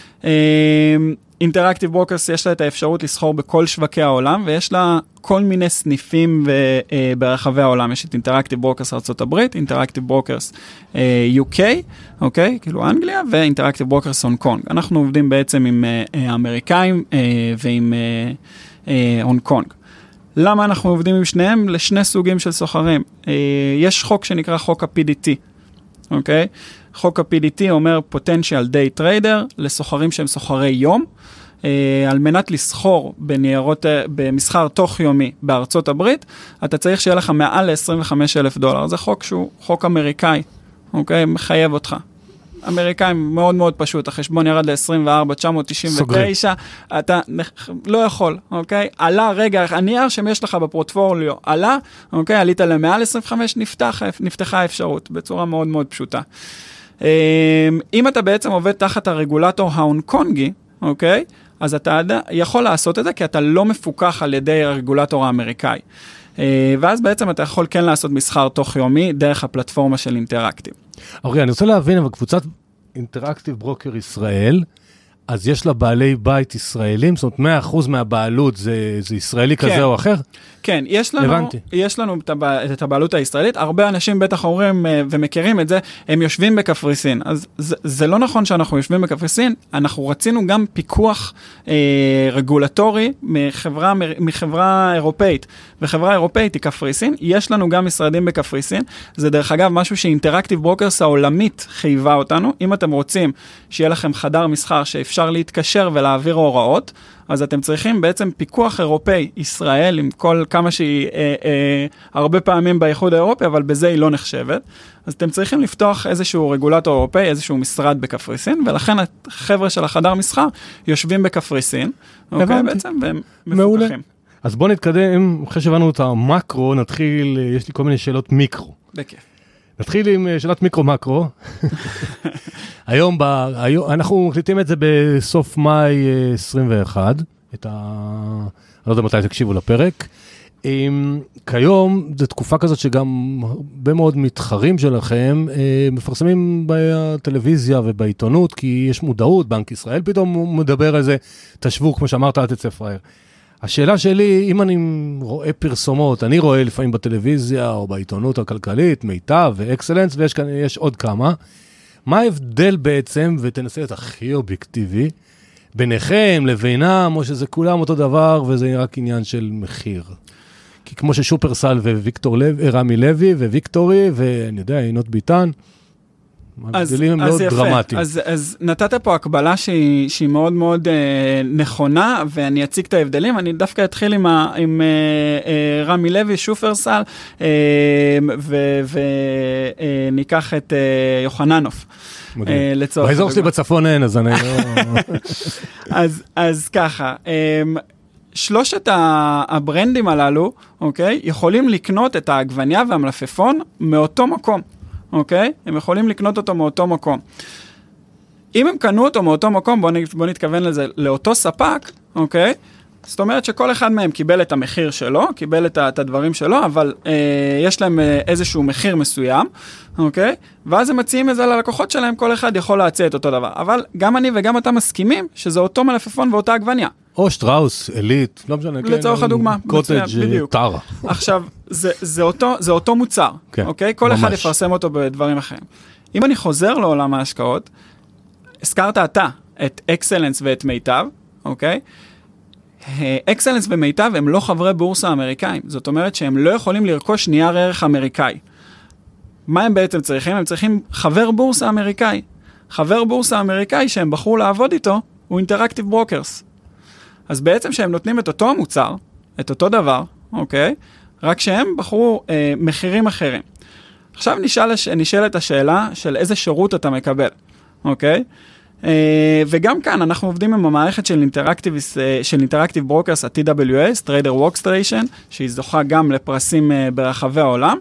אינטראקטיב ברוקרס יש לה את האפשרות לסחור בכל שווקי העולם, ויש לה כל מיני סניפים ברחבי העולם. יש את אינטראקטיב ברוקרס ארצות הברית, אינטראקטיב ברוקרס UK, אוקיי? כאילו אנגליה, ואינטראקטיב ברוקרס הונג קונג. אנחנו עובדים בעצם עם אמריקאים ועם הונג קונג. למה אנחנו עובדים עם שניהם? לשני סוגים של סוחרים. יש חוק שנקרא חוק ה-PDT, אוקיי? חוק ה-PDT אומר Potential Day Trader לסוחרים שהם סוחרי יום, על מנת לסחור במסחר תוך יומי בארצות הברית, אתה צריך שיהיה לך מעל $25,000. זה חוק שהוא חוק אמריקאי, אוקיי? מחייב אותך. אמריקאים מאוד מאוד פשוט, החשבון ירד ל-24,999, אתה לא יכול, אוקיי? עלה, רגע, הנייר שיש לך בפורטפוליו עלה, אוקיי? עלית למעל 25, נפתחה האפשרות, בצורה מאוד מאוד פשוטה. אם אתה בעצם עובד תחת הרגולטור ההונג קונגי, אוקיי? אז אתה יכול לעשות את זה, כי אתה לא מפוקח על ידי הרגולטור האמריקאי. ואז בעצם אתה יכול כן לעשות מסחר תוך יומי, דרך הפלטפורמה של אינטראקטיב. אוקיי, אני רוצה להבין, אבל קבוצת אינטראקטיב ברוקר ישראל, אז יש לה בעלי בית ישראלים? זאת אומרת, 100% מהבעלות זה ישראלי כזה או אחר? כן, יש לנו את הבעלות הישראלית, הרבה אנשים בטח אומרים ומכירים את זה, הם יושבים בקפריסין, אז זה לא נכון שאנחנו יושבים בקפריסין, אנחנו רצינו גם פיקוח רגולטורי מחברה אירופאית, וחברה אירופאית היא קפריסין, יש לנו גם משרדים בקפריסין, זה דרך אגב משהו שאינטראקטיב ברוקרס העולמית חייבה אותנו, אם אתם רוצים שיהיה לכם חדר מסחר שאפשר להתקשר ולהעביר הוראות, אז אתם צריכים בעצם פיקוח אירופאי, ישראל, עם כל כמה שהיא הרבה פעמים באיחוד האירופי, אבל בזה היא לא נחשבת. אז אתם צריכים לפתוח איזשהו רגולטור אירופאי, איזשהו משרד בקפריסין, ולכן החבר'ה של החדר מסחר יושבים בקפריסין, אוקיי, בעצם, והם מפוקחים. אז בואו נתקדם, אחרי שהבנו את המקרו, נתחיל, יש לי כל מיני שאלות מיקרו. בכיף. נתחיל עם שאלת מיקרו-מקרו. היום אנחנו מקליטים את זה בסוף מאי 21, אני לא יודע מתי תקשיבו לפרק. כיום, זו תקופה כזאת שגם הרבה מאוד מתחרים שלכם מפרסמים בטלוויזיה ובעיתונות, כי יש מודעות, בנק ישראל פתאום מדבר על זה, תשבו, כמו שאמרת, אל תצא פראייר. השאלה שלי, אם אני רואה פרסומות, אני רואה לפעמים בטלוויזיה או בעיתונות הכלכלית, מיטב ואקסלנס, ויש עוד כמה, מה ההבדל בעצם, ותנסה את הכי אובייקטיבי, ביניכם, לבינם, או שזה כולם אותו דבר, וזה רק עניין של מחיר? כי כמו ששופרסל רמי לוי וויקטורי, ואני יודע, עינות ביטן, ההבדלים הם מאוד דרמטיים. אז נתת פה הקבלה שהיא מאוד מאוד נכונה, ואני אציג את ההבדלים. אני דווקא אתחיל עם רמי לוי, שופרסל, וניקח את יוחננוף. באזור שלי בצפון אין, אז אני לא... אז ככה, שלושת הברנדים הללו, אוקיי, יכולים לקנות את העגבניה והמלפפון מאותו מקום. אוקיי? הם יכולים לקנות אותו מאותו מקום. אם הם קנו אותו מאותו מקום, בוא נתכוון לזה, לאותו ספק, אוקיי? זאת אומרת שכל אחד מהם קיבל את המחיר שלו, קיבל את הדברים שלו, אבל יש להם איזשהו מחיר מסוים, אוקיי? ואז הם מציעים את זה ללקוחות שלהם, כל אחד יכול להציע את אותו דבר. אבל גם אני וגם אתה מסכימים שזה אותו מלפפון ואותה עגבניה. או שטראוס, אליט, לא משנה. לצורך הדוגמה. קוטג' טרה. עכשיו, זה אותו מוצר, אוקיי? כל אחד יפרסם אותו בדברים אחרים. אם אני חוזר לעולם ההשקעות, הזכרת אתה את אקסלנס ואת מיטב, אוקיי? אקסלנס ומיטב הם לא חברי בורסה אמריקאים, זאת אומרת שהם לא יכולים לרכוש נייר ערך אמריקאי. מה הם בעצם צריכים? הם צריכים חבר בורסה אמריקאי. חבר בורסה אמריקאי שהם בחרו לעבוד איתו, הוא אינטראקטיב ברוקרס. אז בעצם שהם נותנים את אותו המוצר, את אותו דבר, אוקיי? רק שהם בחרו מחירים אחרים. עכשיו נשאלת השאלה של איזה שירות אתה מקבל, אוקיי? וגם כאן אנחנו עובדים עם המערכת של אינטראקטיב ברוקרס, ה-TWS, Trader Workstation, שהיא זוכה גם לפרסים ברחבי העולם,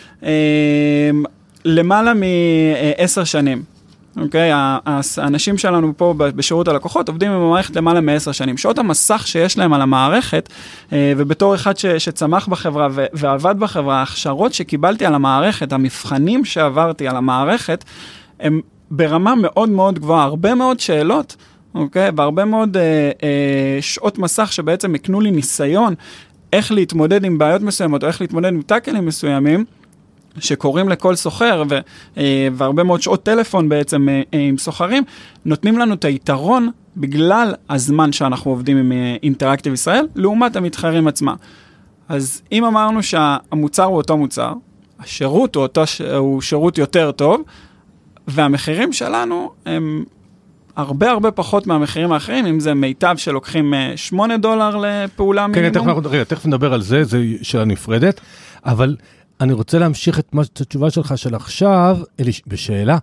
למעלה מ10 שנים. אוקיי? האנשים שלנו פה בשירות הלקוחות עובדים עם המערכת למעלה מ10 שנים. שעות המסך שיש להם על המערכת, ובתור אחד שצמח בחברה ועבד בחברה, ההכשרות שקיבלתי על המערכת, המבחנים שעברתי על המערכת, הם ברמה מאוד מאוד גבוהה, הרבה מאוד שאלות, אוקיי? והרבה מאוד שעות מסך שבעצם יקנו לי ניסיון איך להתמודד עם בעיות מסוימות, או איך להתמודד עם טאקלים מסוימים, שקוראים לכל סוחר, והרבה מאוד שעות טלפון בעצם עם סוחרים, נותנים לנו את היתרון בגלל הזמן שאנחנו עובדים עם אינטראקטיב ישראל, לעומת המתחרים עצמם. אז אם אמרנו שהמוצר הוא אותו מוצר, השירות הוא שירות יותר טוב, והמחירים שלנו הם הרבה פחות מהמחירים האחרים, אם זה מיטב שלוקחים $8 לפעולה מינימום. כן, תכף נדבר על זה, זה שאלה נפרדת, אבל אני רוצה להמשיך את התשובה שלך של עכשיו, בשאלה,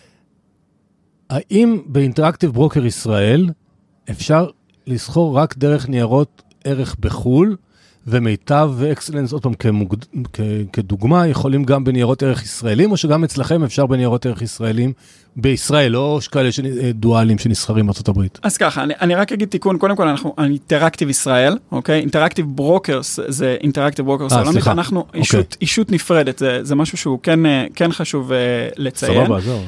האם באינטראקטיב ברוקר ישראל אפשר לסחור רק דרך ניירות ערך בחול, ומיטב ואקסלנס, עוד פעם, כדוגמה, יכולים גם בניירות ערך ישראלים, או שגם אצלכם אפשר בניירות ערך ישראלים בישראל, או כאלה דואלים שנסחרים בארצות הברית? אז ככה, אני רק אגיד תיקון, קודם כל אנחנו אינטראקטיב ישראל, אוקיי? אינטראקטיב ברוקרס, זה אינטראקטיב ברוקרס העולמית, אנחנו אישות נפרדת, זה משהו שהוא כן חשוב לציין. סבבה, זהו.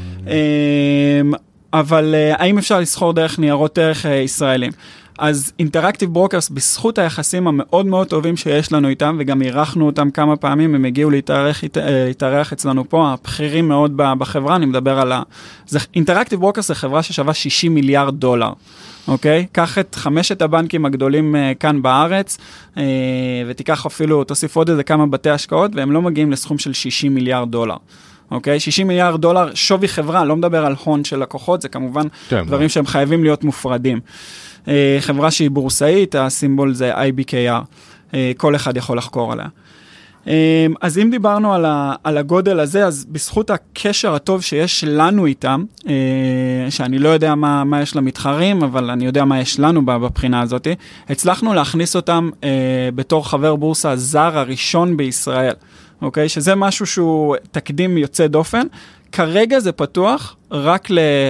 אבל האם אפשר לסחור דרך ניירות ערך ישראלים? אז אינטראקטיב ברוקרס, בזכות היחסים המאוד מאוד טובים שיש לנו איתם, וגם אירחנו אותם כמה פעמים, הם הגיעו להתארח אצלנו פה, הבכירים מאוד בחברה, אני מדבר על אינטראקטיב ברוקרס זה חברה ששווה $60 מיליארד, אוקיי? קח את 5 הבנקים הגדולים כאן בארץ, ותיקח אפילו, תוסיף עוד איזה כמה בתי השקעות, והם לא מגיעים לסכום של $60 מיליארד. אוקיי? $60 מיליארד שווי חברה, לא מדבר על הון של לקוחות, זה כמובן דברים שהם חייבים להיות מופרדים. חברה שהיא בורסאית, הסימבול זה IBKR, כל אחד יכול לחקור עליה. אז אם דיברנו על הגודל הזה, אז בזכות הקשר הטוב שיש לנו איתם, שאני לא יודע מה יש למתחרים, אבל אני יודע מה יש לנו בבחינה הזאת, הצלחנו להכניס אותם בתור חבר בורסה הזר הראשון בישראל. אוקיי? שזה משהו שהוא תקדים יוצא דופן. כרגע זה פתוח רק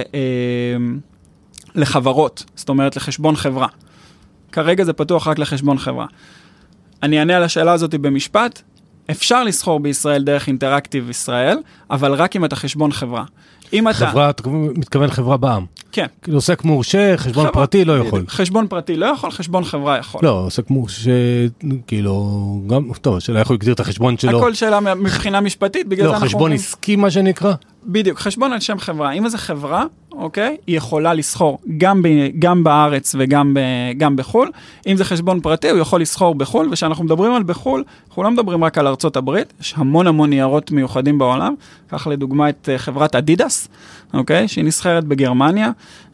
לחברות, זאת אומרת לחשבון חברה. כרגע זה פתוח רק לחשבון חברה. אני אענה על השאלה הזאת במשפט. אפשר לסחור בישראל דרך אינטראקטיב ישראל, אבל רק אם אתה חשבון חברה. חברה, אתה מתכוון חברה בעם. כן. כאילו עוסק מורשה, חשבון פרטי לא יכול. חשבון פרטי לא יכול, חשבון חברה יכול. לא, עוסק מורשה, כאילו, גם, טוב, השאלה איך הוא יגדיר את החשבון שלו. הכל שאלה מבחינה משפטית, בגלל זה אנחנו... לא, חשבון עסקי מה שנקרא? בדיוק, חשבון על שם חברה. אם זה חברה, אוקיי, היא יכולה לסחור גם בארץ וגם בחול. אם זה חשבון פרטי, הוא יכול לסחור בחול, ושאנחנו מדברים על בחול, אנחנו לא מדברים רק על ארצות הברית, יש המון ניירות מיוחדים בעולם, כך לדוגמה את חברת אדידס, אוקיי, שהיא נסחרת בגרמניה,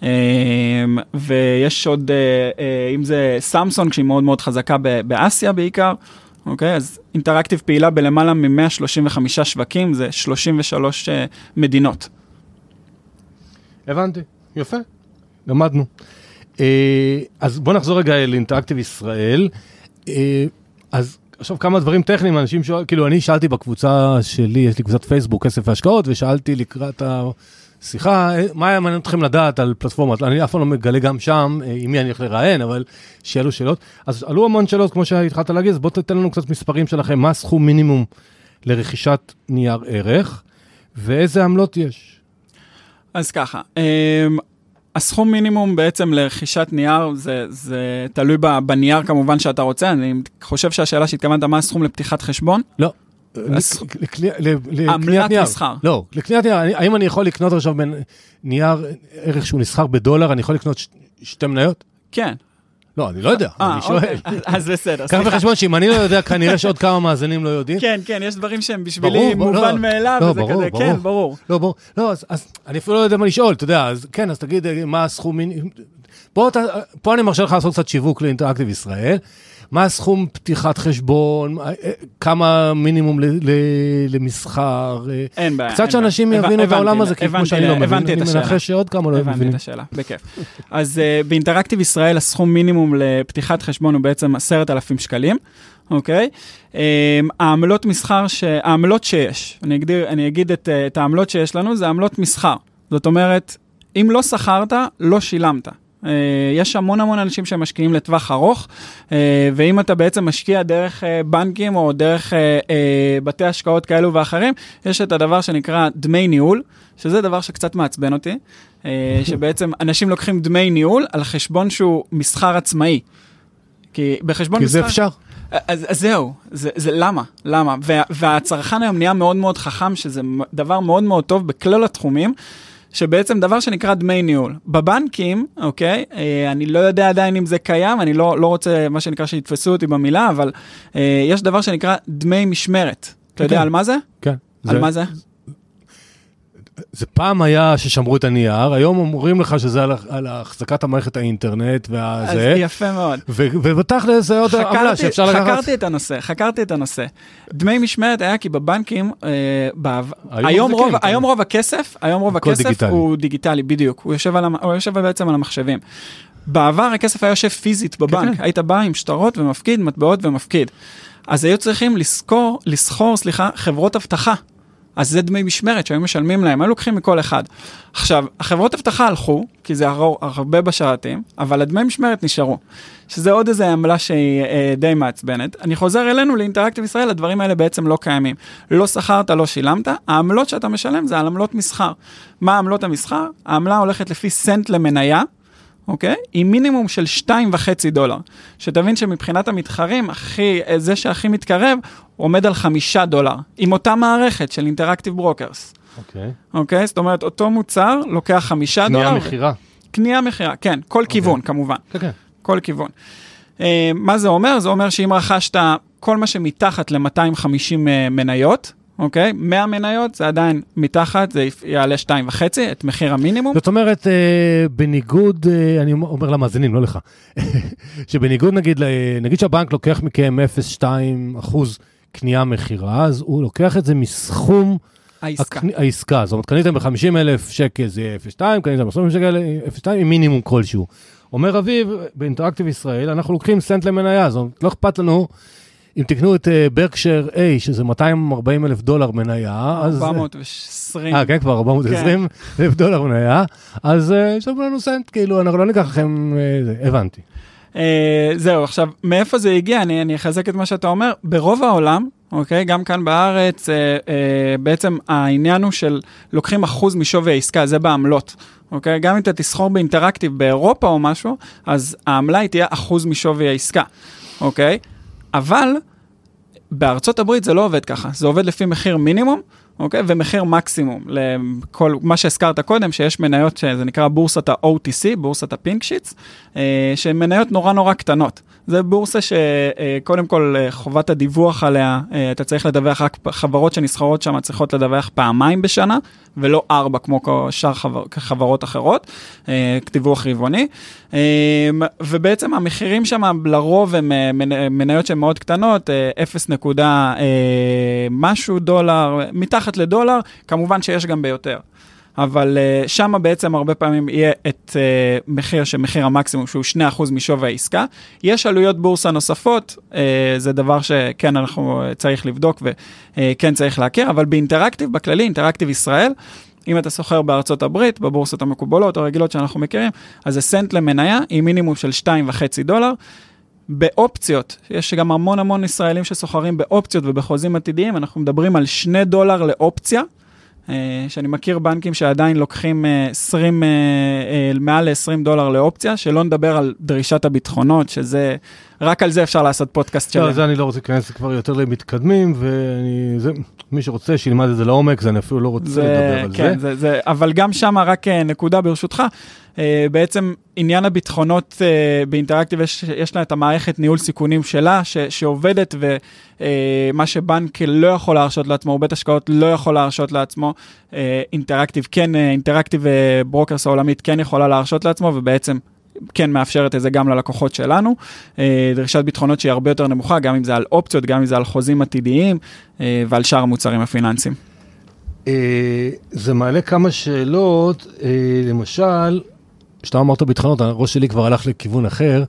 ויש עוד, אם זה סמסונג, שהיא מאוד מאוד חזקה באסיה בעיקר, אוקיי, אז אינטראקטיב פעילה בלמעלה מ-135 שווקים, זה 33 מדינות. הבנתי, יפה, למדנו. אז בוא נחזור רגע לאינטראקטיב ישראל. אז עכשיו כמה דברים טכניים, אנשים שואלים, כאילו אני שאלתי בקבוצה שלי, יש לי קבוצת פייסבוק, כסף והשקעות, ושאלתי לקראת שיחה, מה היה מעניין אתכם לדעת על פלטפורמות? אני אף פעם לא מגלה גם שם, עם מי אני הולך לראיין, אבל שאלו שאלות. אז עלו המון שאלות, כמו שהתחלת להגיד, אז בוא תתן לנו קצת מספרים שלכם, מה הסכום מינימום לרכישת נייר ערך, ואיזה עמלות יש? אז ככה, הסכום מינימום בעצם לרכישת נייר, זה תלוי בנייר כמובן שאתה רוצה, אני חושב שהשאלה שהתכוונת, מה הסכום לפתיחת חשבון? לא. עמלת מסחר. לא, לקניית נייר, האם אני יכול לקנות עכשיו נייר ערך שהוא נסחר בדולר, אני יכול לקנות שתי מניות? כן. לא, אני לא יודע, אני שואל. אז בסדר, כך בחשבון שאם אני לא יודע, כנראה שעוד כמה מאזינים לא יודעים. כן, כן, יש דברים שהם בשבילי מובן מאליו, וזה כזה, כן, ברור. לא, ברור. לא, אז אני אפילו לא יודע מה לשאול, אתה יודע, אז כן, אז תגיד מה הסכום, פה אני מרשה לך לעשות קצת שיווק לאינטראקטיב ישראל, מה הסכום פתיחת חשבון, כמה מינימום למסחר, אין בעיה. קצת שאנשים יבינו את העולם הזה, כמו שאני לא מבין, אני מנחש שעוד כמה לא מבינים. הבנתי את השאלה, בכיף. אז באינטראקטיב ישראל, הסכום מינימום לפתיחת חשבון הוא בעצם 10,000 שקלים, אוקיי? העמלות מסחר, העמלות שיש, אני אגיד את העמלות שיש לנו, זה עמלות מסחר. זאת אומרת, אם לא שכרת, לא שילמת. יש המון אנשים שמשקיעים לטווח ארוך, ואם אתה בעצם משקיע דרך בנקים או דרך בתי השקעות כאלו ואחרים, יש את הדבר שנקרא דמי ניהול, שזה דבר שקצת מעצבן אותי, שבעצם אנשים לוקחים דמי ניהול על חשבון שהוא מסחר עצמאי. כי בחשבון זה אפשר. אז זהו, זה למה? למה? והצרכן היום נהיה מאוד מאוד חכם, שזה דבר מאוד מאוד טוב בכלל התחומים, שבעצם דבר שנקרא דמי ניהול. בבנקים, אוקיי, אני לא יודע עדיין אם זה קיים, אני לא רוצה מה שנקרא שיתפסו אותי במילה, אבל יש דבר שנקרא דמי משמרת. אתה יודע על מה זה? כן. על מה זה? זה פעם היה ששמרו את הנייר, היום אומרים לך שזה על החזקת המערכת האינטרנט והזה. אז יפה מאוד. ובתכל'ס זה עוד עמלה שאפשר לקחת. חקרתי את הנושא. דמי משמרת היה כי בבנקים, היום רוב הכסף הוא דיגיטלי, בדיוק. הוא יושב בעצם על המחשבים. בעבר הכסף היה יושב פיזית בבנק. היית בא עם שטרות ומפקיד, מטבעות ומפקיד. אז היו צריכים לסחור, חברות אבטחה. אז זה דמי משמרת שהיו משלמים להם, היו לוקחים מכל אחד. עכשיו, החברות אבטחה הלכו, כי זה הרבה בשרתים, אבל הדמי משמרת נשארו, שזה עוד איזו עמלה שהיא די מעצבנת. אני חוזר אלינו לאינטראקטיב ישראל, הדברים האלה בעצם לא קיימים. לא שכרת, לא שילמת, העמלות שאתה משלם זה על עמלות מסחר. מה עמלות המסחר? העמלה הולכת לפי סנט למניה, אוקיי? עם מינימום של $2.5. שתבין שמבחינת המתחרים, זה שהכי מתקרב, עומד על $5. עם אותה מערכת של אינטראקטיב ברוקרס. אוקיי? זאת אומרת, אותו מוצר לוקח $5. קנייה מחירה. קנייה מחירה, כן. כל כיוון, כמובן. כן. כל כיוון. מה זה אומר? זה אומר שאם רכשת כל מה שמתחת ל-250 מניות, אוקיי? 100 מניות, זה עדיין מתחת, זה יעלה 2.5, את מחיר המינימום. זאת אומרת, בניגוד, אני אומר למאזינים, לא לך, שבניגוד נגיד שהבנק לוקח מכם 0.2% קנייה מחירה, אז הוא לוקח את זה מסכום העסקה. זאת אומרת, קניתם ב-50,000 שקל זה 0.2, קניתם ב-20,000 שקל 0.2 עם מינימום כלשהו. אומר אביב, באינטראקטיב ישראל, אנחנו לוקחים סנט למניה, זאת אומרת, לא אכפת לנו, אם תקנו את ברקשר A, שזה $240,000 מניה, אז... 420. כן, כבר $420,000 מניה, אז שוב לנו סנט, כאילו, אנחנו לא ניקח לכם... הבנתי. זהו, עכשיו, מאיפה זה הגיע? אני אחזק את מה שאתה אומר. ברוב העולם, אוקיי, גם כאן בארץ, בעצם העניין הוא של לוקחים אחוז משווי העסקה, זה בעמלות. אוקיי? גם אם אתה תסחור באינטראקטיב באירופה או משהו, אז העמלה היא תהיה אחוז משווי העסקה. אוקיי? אבל בארצות הברית זה לא עובד ככה, זה עובד לפי מחיר מינימום, אוקיי? ומחיר מקסימום, לכל מה שהזכרת קודם, שיש מניות שזה נקרא בורסת ה-OTC, בורסת הפינק שיטס, שהן מניות נורא קטנות. זה בורסה שקודם כל חובת הדיווח עליה, אתה צריך לדווח רק חברות שנסחרות שם, צריכות לדווח פעמיים בשנה, ולא 4 כמו שאר חברות אחרות, דיווח רבעוני. ובעצם המחירים שם לרוב הם מניות שהן מאוד קטנות, 0 משהו דולר, מתחת לדולר, כמובן שיש גם ביותר. אבל שם בעצם הרבה פעמים יהיה את מחיר שמחיר המקסימום שהוא 2% משווי העסקה. יש עלויות בורסה נוספות, זה דבר שכן אנחנו צריך לבדוק וכן צריך להכיר, אבל באינטראקטיב, בכללי, אינטראקטיב ישראל, אם אתה סוחר בארצות הברית, בבורסות המקובלות או רגילות שאנחנו מכירים, אז זה סנט למניה עם מינימום של $2.5. באופציות, יש גם המון ישראלים שסוחרים באופציות ובחוזים עתידיים, אנחנו מדברים על $2 לאופציה, שאני מכיר בנקים שעדיין לוקחים מעל $20 לאופציה, שלא נדבר על דרישת הביטחונות, שזה, רק על זה אפשר לעשות פודקאסט שלם. לא, זה אני לא רוצה להיכנס כבר יותר למתקדמים, מי שרוצה שילמד את זה לעומק, זה אני אפילו לא רוצה לדבר על כן, זה. אבל גם שם רק נקודה ברשותך, בעצם עניין הביטחונות באינטראקטיב, יש לה את המערכת ניהול סיכונים שלה, שעובדת ומה שבנק לא יכול להרשות לעצמו, או בית השקעות לא יכול להרשות לעצמו, אינטראקטיב ברוקרס העולמית כן יכולה להרשות לעצמו, ובעצם כן מאפשרת את זה גם ללקוחות שלנו, דרישת ביטחונות שהיא הרבה יותר נמוכה, גם אם זה על אופציות, גם אם זה על חוזים עתידיים, ועל שאר המוצרים הפיננסיים. זה מעלה כמה שאלות, למשל, שאתה אמרת ביטחונות, הראש שלי כבר הלך לכיוון אחר,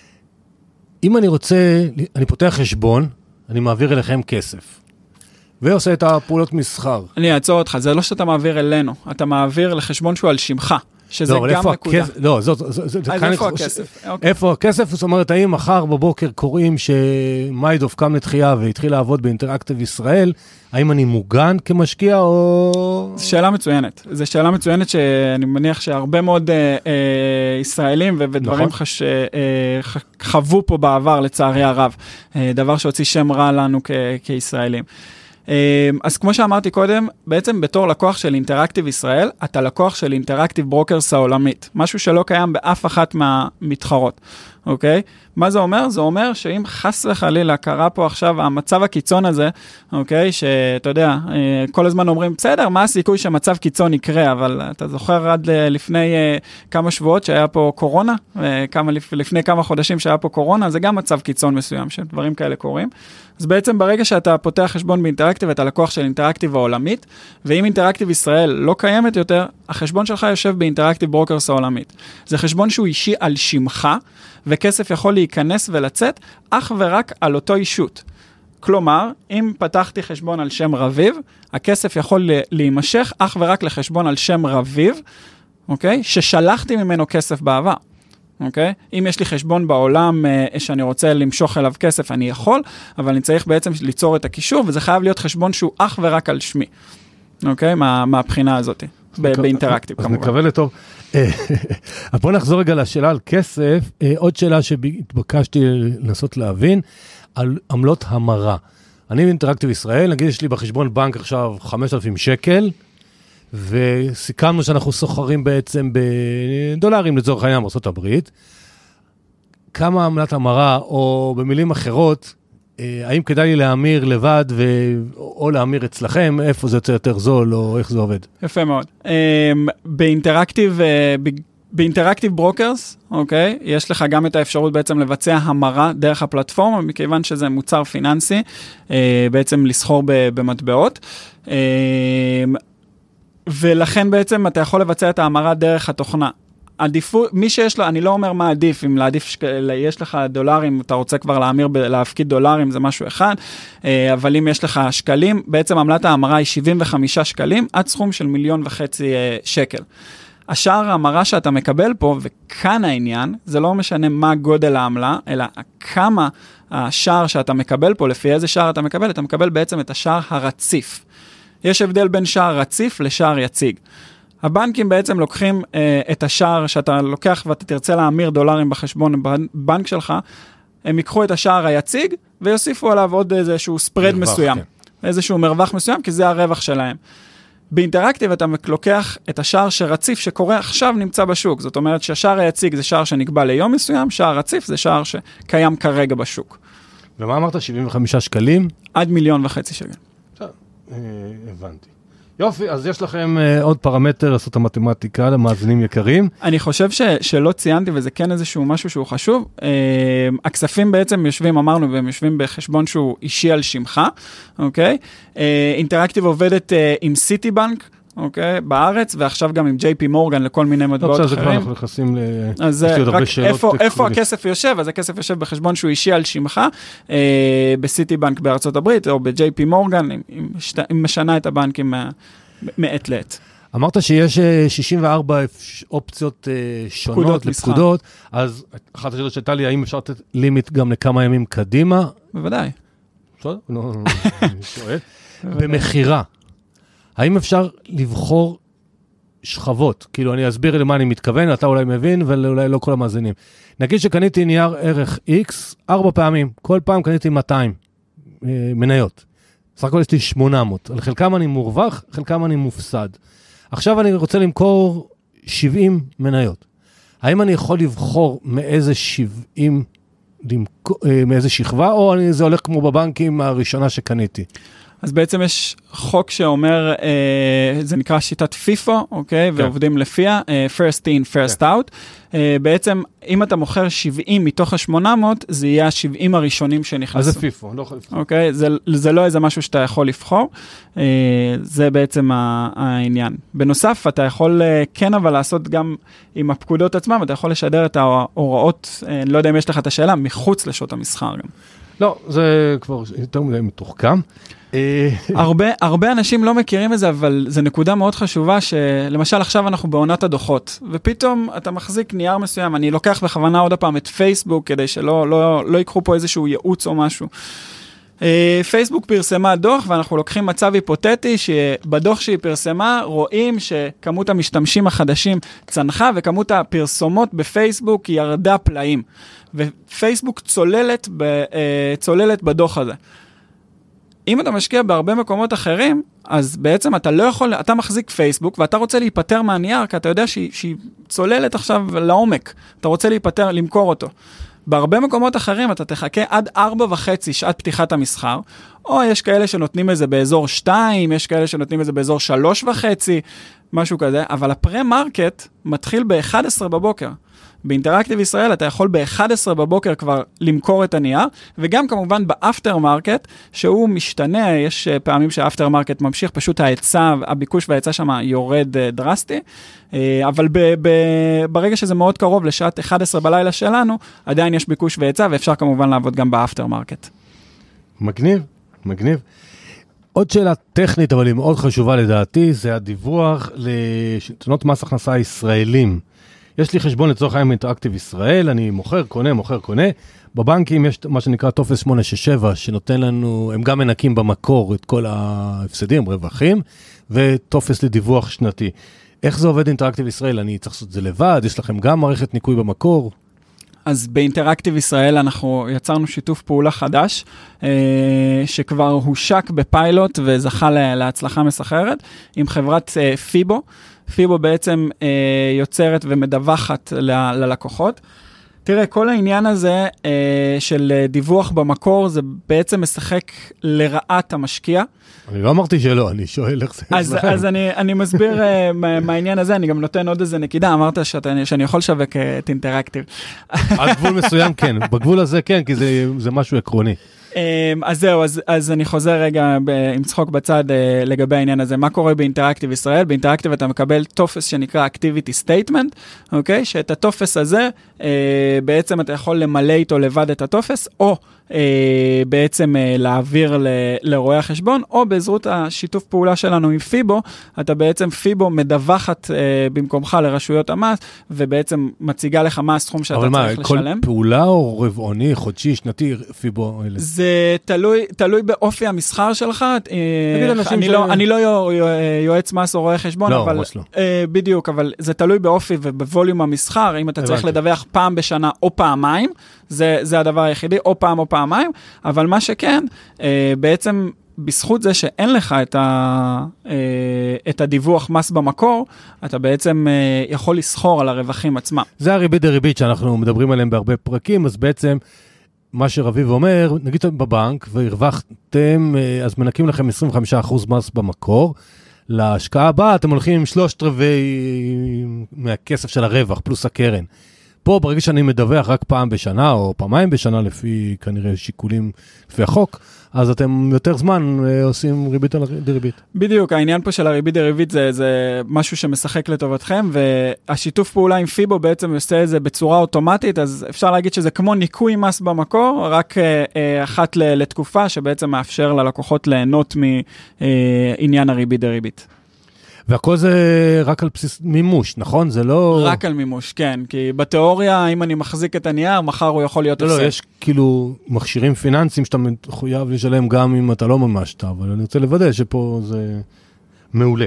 אם אני רוצה, אני פותח חשבון, אני מעביר אליכם כסף, ועושה את הפעולות מסחר. אני אעצור אותך, זה לא שאתה מעביר אלינו, אתה מעביר לחשבון שהוא על שמך, שזה גם נקודה. לא, אז איפה הכסף? איפה הכסף? זאת אומרת, האם מחר בבוקר קוראים שמיידוף קם לתחייה והתחיל לעבוד באינטראקטיב ישראל, האם אני מוגן כמשקיע או... זו שאלה מצוינת. זו שאלה מצוינת שאני מניח שהרבה מאוד ישראלים ודברים חוו פה בעבר, לצערי הרב. דבר שהוציא שם רע לנו כישראלים. אז כמו שאמרתי קודם, בעצם בתור לקוח של אינטראקטיב ישראל, אתה לקוח של אינטראקטיב ברוקרס העולמית, משהו שלא קיים באף אחת מהמתחרות, אוקיי? מה זה אומר? זה אומר שאם חס וחלילה קרה פה עכשיו המצב הקיצון הזה, אוקיי? שאתה יודע, כל הזמן אומרים, בסדר, מה הסיכוי שמצב קיצון יקרה, אבל אתה זוכר עד לפני כמה שבועות שהיה פה קורונה, לפני כמה חודשים שהיה פה קורונה, זה גם מצב קיצון מסוים, שדברים כאלה קורים. אז בעצם ברגע שאתה פותח חשבון באינטראקטיב, אתה לקוח של אינטראקטיב העולמית, ואם אינטראקטיב ישראל לא קיימת יותר, החשבון שלך יושב באינטראקטיב ברוקרס העולמית. זה חשבון שהוא אישי על שמך, וכסף יכול להיכנס ולצאת אך ורק על אותו אישות. כלומר, אם פתחתי חשבון על שם רביב, הכסף יכול להימשך אך ורק לחשבון על שם רביב, אוקיי? ששלחתי ממנו כסף בעבר. אוקיי? אם יש לי חשבון בעולם שאני רוצה למשוך אליו כסף, אני יכול, אבל אני צריך בעצם ליצור את הקישור, וזה חייב להיות חשבון שהוא אך ורק על שמי. אוקיי? מהבחינה הזאת. באינטראקטיב, כמובן. אז נקווה לטוב. אז בוא נחזור רגע לשאלה על כסף. עוד שאלה שהתבקשתי לנסות להבין, על עמלות המרה. אני באינטראקטיב ישראל, נגיד יש לי בחשבון בנק עכשיו 5,000 שקל, וסיכמנו שאנחנו סוחרים בעצם בדולרים לצורך העניין בארצות הברית. כמה עמלת המרה, או במילים אחרות, האם כדאי לי להמיר לבד או להמיר אצלכם, איפה זה יוצא יותר זול או איך זה עובד? יפה מאוד. באינטראקטיב ברוקרס, אוקיי, יש לך גם את האפשרות בעצם לבצע המרה דרך הפלטפורמה, מכיוון שזה מוצר פיננסי, בעצם לסחור במטבעות. ולכן בעצם אתה יכול לבצע את ההמרה דרך התוכנה. עדיפות, מי שיש לו, אני לא אומר מה עדיף, אם לעדיף, יש לך דולרים, אתה רוצה כבר להפקיד דולרים, זה משהו אחד, אבל אם יש לך שקלים, בעצם עמלת ההמרה היא 75 שקלים, עד סכום של 1.5 מיליון שקל. השער ההמרה שאתה מקבל פה, וכאן העניין, זה לא משנה מה גודל העמלה, אלא כמה השער שאתה מקבל פה, לפי איזה שער אתה מקבל, אתה מקבל בעצם את השער הרציף. יש הבדל בין שער רציף לשער יציג. הבנקים בעצם לוקחים את השער שאתה לוקח ואתה תרצה להמיר דולרים בחשבון בנק שלך, הם ייקחו את השער היציג ויוסיפו עליו עוד איזשהו ספרד מסוים, איזשהו מרווח מסוים, כי זה הרווח שלהם. באינטראקטיב אתה לוקח את השער שרציף שקורה עכשיו נמצא בשוק, זאת אומרת שהשער היציג זה שער שנקבע ליום מסוים, שער רציף זה שער שקיים כרגע בשוק. ומה אמרת? 75 שקלים? עד 1.5 מיליון שקל. הבנתי. יופי, אז יש לכם עוד פרמטר לעשות המתמטיקה למאזינים יקרים. אני חושב שלא ציינתי, וזה כן איזשהו משהו שהוא חשוב. הכספים בעצם יושבים, אמרנו, והם יושבים בחשבון שהוא אישי על שמך, אוקיי? אינטראקטיב עובדת עם סיטי בנק, אוקיי, בארץ, ועכשיו גם עם JP מורגן לכל מיני מטבעות אחרים. זה כבר אנחנו נכנסים אז איפה הכסף יושב? אז הכסף יושב בחשבון שהוא אישי על שמך, בסיטי בנק בארצות הברית, או ב-JP מורגן, אם משנה את הבנקים מעת לעת. אמרת שיש 64 אופציות שונות לפקודות, אז אחת השאלות שהייתה לי, האם אפשר לתת לימיט גם לכמה ימים קדימה? בוודאי. בסדר? אני שואל. במחירה, האם אפשר לבחור שכבות? כאילו, אני אסביר למה אני מתכוון, אתה אולי מבין, ואולי לא כל המאזינים. נגיד שקניתי נייר ערך X 4 פעמים, כל פעם קניתי 200 מניות. סך הכל יש לי 800. על חלקם אני מורווח, חלקם אני מופסד. עכשיו אני רוצה למכור 70 מניות. האם אני יכול לבחור מאיזה 70, מאיזה שכבה, או זה הולך כמו בבנקים הראשונה שקניתי? אז בעצם יש חוק שאומר, זה נקרא שיטת פיפו, אוקיי? ועובדים לפיה, first in, first out. בעצם, אם אתה מוכר 70 מתוך ה-800, זה יהיה ה-70 הראשונים שנכנסו. אז זה פיפו, לא יכול לבחור. אוקיי? זה לא איזה משהו שאתה יכול לבחור. זה בעצם העניין. בנוסף, אתה יכול כן אבל לעשות גם עם הפקודות עצמם, אתה יכול לשדר את ההוראות, אני לא יודע אם יש לך את השאלה, מחוץ לשעות המסחר גם. לא, זה כבר יותר מדי מתוחכם. הרבה אנשים לא מכירים את זה, אבל זו נקודה מאוד חשובה, שלמשל עכשיו אנחנו בעונת הדוחות, ופתאום אתה מחזיק נייר מסוים, אני לוקח בכוונה עוד הפעם את פייסבוק, כדי שלא יקחו פה איזשהו ייעוץ או משהו. פייסבוק פרסמה דוח, ואנחנו לוקחים מצב היפותטי, שבדוח שהיא פרסמה, רואים שכמות המשתמשים החדשים צנחה, וכמות הפרסומות בפייסבוק ירדה פלאים. ופייסבוק צוללת בדוח הזה. אם אתה משקיע בהרבה מקומות אחרים, אז בעצם אתה לא יכול, אתה מחזיק פייסבוק, ואתה רוצה להיפטר מהנייר, כי אתה יודע שהיא צוללת עכשיו לעומק. אתה רוצה להיפטר, למכור אותו. בהרבה מקומות אחרים אתה תחכה עד 4.5 שעת פתיחת המסחר, או יש כאלה שנותנים את זה באזור 2, יש כאלה שנותנים את זה באזור 3.5, משהו כזה, אבל הפרה-מרקט מתחיל ב-11 בבוקר. באינטראקטיב ישראל אתה יכול ב-11 בבוקר כבר למכור את הנייר, וגם כמובן באפטר מרקט, שהוא משתנה, יש פעמים שהאפטר מרקט ממשיך, פשוט ההיצע, הביקוש וההיצע שם יורד דרסטי, אבל ברגע שזה מאוד קרוב לשעת 11 בלילה שלנו, עדיין יש ביקוש והיצע, ואפשר כמובן לעבוד גם באפטר מרקט. מגניב, מגניב. עוד שאלה טכנית, אבל היא מאוד חשובה לדעתי, זה הדיווח לשלטונות מס הכנסה הישראלים. יש לי חשבון לצורך העניין אינטראקטיב ישראל, אני מוכר, קונה. בבנקים יש מה שנקרא טופס 867, שנותן לנו, הם גם מנקים במקור את כל ההפסדים, רווחים, וטופס לדיווח שנתי. איך זה עובד אינטראקטיב ישראל? אני צריך לעשות את זה לבד, יש לכם גם מערכת ניקוי במקור? אז באינטראקטיב ישראל אנחנו יצרנו שיתוף פעולה חדש, שכבר הושק בפיילוט וזכה להצלחה מסחררת, עם חברת פיבו. פיבו בעצם יוצרת ומדווחת ללקוחות. תראה, כל העניין הזה של דיווח במקור, זה בעצם משחק לרעת המשקיע. אני לא אמרתי שלא, אני שואל איך זה. אז אני מסביר מהעניין הזה, אני גם נותן עוד איזה נקידה, אמרת שאני יכול לשווק את אינטראקטיב. על גבול מסוים כן, בגבול הזה כן, כי זה משהו עקרוני. אז זהו, אז אני חוזר רגע עם צחוק בצד לגבי העניין הזה. מה קורה באינטראקטיב ישראל? באינטראקטיב אתה מקבל טופס שנקרא Activity Statement, אוקיי? שאת הטופס הזה, בעצם אתה יכול למלא איתו לבד את הטופס, או בעצם להעביר לרואי החשבון, או בעזרות השיתוף פעולה שלנו עם פיבו, אתה בעצם פיבו מדווחת במקומך לרשויות המס, ובעצם מציגה לך מה הסכום שאתה צריך לשלם. אבל מה, כל פעולה או רבעוני, חודשי, שנתי, פיבו? זה תלוי באופי המסחר שלך. אני לא יועץ מס או רואה חשבון, אבל בדיוק, אבל זה תלוי באופי ובווליום המסחר, אם אתה צריך לדווח פעם בשנה או פעמיים, זה הדבר היחידי, או פעם או פעמיים, אבל מה שכן, בעצם בזכות זה שאין לך את הדיווח מס במקור, אתה בעצם יכול לסחור על הרווחים עצמם. זה הריבית דריבית שאנחנו מדברים עליהם בהרבה פרקים, אז בעצם מה שרביב אומר, נגיד בבנק והרווחתם, אז מנקים לכם 25% מס במקור, להשקעה הבאה אתם הולכים עם 3/4 מהכסף של הרווח, פלוס הקרן. פה ברגע שאני מדווח רק פעם בשנה, או פעמיים בשנה, לפי כנראה שיקולים לפי החוק, אז אתם יותר זמן עושים ריבית על דריבית. בדיוק, העניין פה של הריבית דריבית זה משהו שמשחק לטובתכם, והשיתוף פעולה עם פיבו בעצם עושה את זה בצורה אוטומטית, אז אפשר להגיד שזה כמו ניקוי מס במקור, רק אחת לתקופה, שבעצם מאפשר ללקוחות ליהנות מעניין הריבית דריבית. והכל זה רק על בסיס מימוש, נכון? זה לא... רק על מימוש, כן. כי בתיאוריה, אם אני מחזיק את הנייר, מחר הוא יכול להיות לא, יש כאילו מכשירים פיננסיים שאתה מחויב לשלם גם אם אתה לא ממשת, אבל אני רוצה לוודא שפה זה מעולה.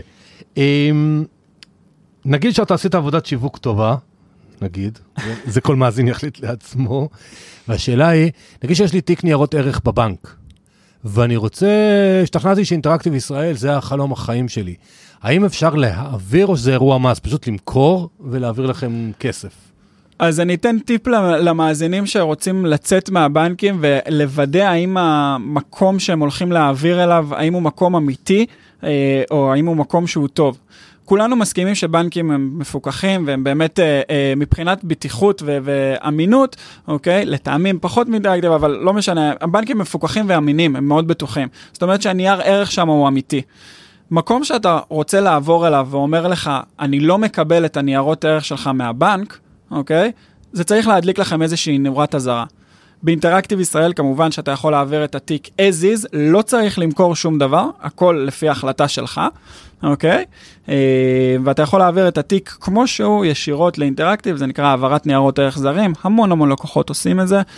נגיד שאתה עשית עבודת שיווק טובה, נגיד, זה כל מאזין יחליט לעצמו, והשאלה היא, נגיד שיש לי תיק ניירות ערך בבנק, ואני רוצה, השתכנעתי שאינטראקטיב ישראל זה החלום החיים שלי. האם אפשר להעביר או שזה אירוע מס, פשוט למכור ולהעביר לכם כסף? אז אני אתן טיפ למאזינים שרוצים לצאת מהבנקים ולוודא האם המקום שהם הולכים להעביר אליו, האם הוא מקום אמיתי או האם הוא מקום שהוא טוב. כולנו מסכימים שבנקים הם מפוקחים, והם באמת מבחינת בטיחות ואמינות, אוקיי? לטעמים פחות מדי, אבל לא משנה, הבנקים מפוקחים ואמינים, הם מאוד בטוחים. זאת אומרת שהנייר ערך שם הוא אמיתי. מקום שאתה רוצה לעבור אליו ואומר לך, אני לא מקבל את הניירות ערך שלך מהבנק, אוקיי? זה צריך להדליק לכם איזושהי נורת אזהרה. באינטראקטיב ישראל, כמובן שאתה יכול להעביר את התיק as is, לא צריך למכור שום דבר, הכל לפי ההחלטה שלך, אוקיי? ואתה יכול להעביר את התיק כמו שהוא ישירות לאינטראקטיב, זה נקרא העברת ניירות ערך זרים, המון לקוחות עושים את זה.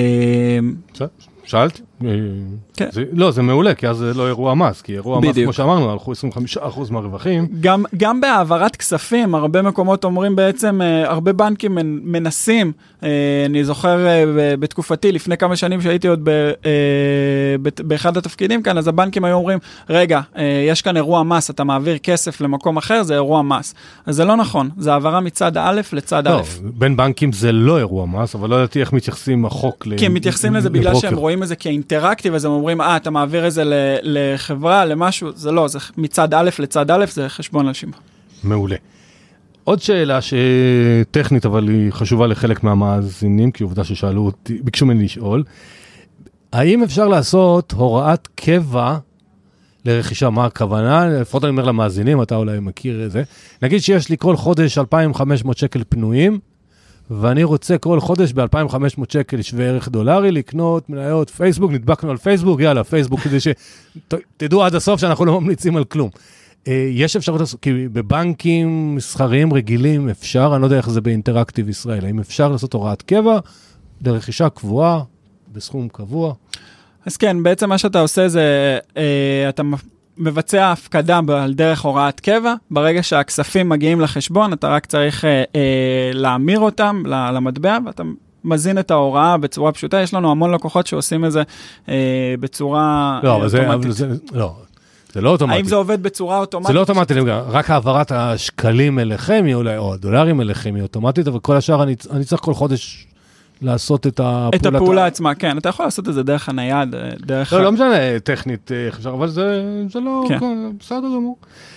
שאלת? לא, זה מעולה, כי אז זה לא אירוע מס, כי אירוע מס, כמו שאמרנו, הלכו 25% מהרווחים. גם בהעברת כספים, הרבה מקומות אומרים בעצם, הרבה בנקים מנסים, אני זוכר בתקופתי, לפני כמה שנים שהייתי עוד באחד התפקידים כאן, אז הבנקים היו אומרים, רגע, יש כאן אירוע מס, אתה מעביר כסף למקום אחר, זה אירוע מס. אז זה לא נכון, זה העברה מצד א' לצד א'. בין בנקים זה לא אירוע מס, אבל לא ידעתי איך מתייחסים החוק כי הם מתייחסים לזה בגלל שהם רואים את זה כאינטראקטיב, אז הם אומרים, אתה מעביר את זה לחברה, למשהו, זה לא, זה מצד א' לצד א', זה חשבון על שמע. מעולה. עוד שאלה שטכנית, אבל היא חשובה לחלק מהמאזינים, כי עובדה ששאלו אותי, ביקשו ממני לשאול, האם אפשר לעשות הוראת קבע לרכישה? מה הכוונה? לפחות אני אומר למאזינים, אתה אולי מכיר את זה. נגיד שיש לי כל חודש 2,500 שקל פנויים, ואני רוצה כל חודש ב-2,500 שקל שווה ערך דולרי, לקנות מניות פייסבוק, נדבקנו על פייסבוק, יאללה, פייסבוק, כדי שתדעו עד הסוף שאנחנו לא ממליצים על כלום. יש אפשרות, כי בבנקים מסחריים רגילים אפשר, אני לא יודע איך זה באינטראקטיב ישראל, האם אפשר לעשות הוראת קבע, לרכישה קבועה, בסכום קבוע? אז כן, בעצם מה שאתה עושה זה, אתה מבצע הפקדה על דרך הוראת קבע, ברגע שהכספים מגיעים לחשבון, אתה רק צריך להמיר אותם למטבע, ואתה מזין את ההוראה בצורה פשוטה. יש לנו המון לקוחות שעושים את זה בצורה אוטומטית. לא, זה לא אוטומטי. האם זה עובד בצורה אוטומטית? זה לא אוטומטי, רק העברת השקלים אליכם, או הדולרים אליכם היא אוטומטית, אבל כל השאר אני צריך כל חודש לעשות את הפעולה עצמה, כן, אתה יכול לעשות את זה דרך הנייד, דרך... לא משנה טכנית, אבל זה לא, בסדר גמור.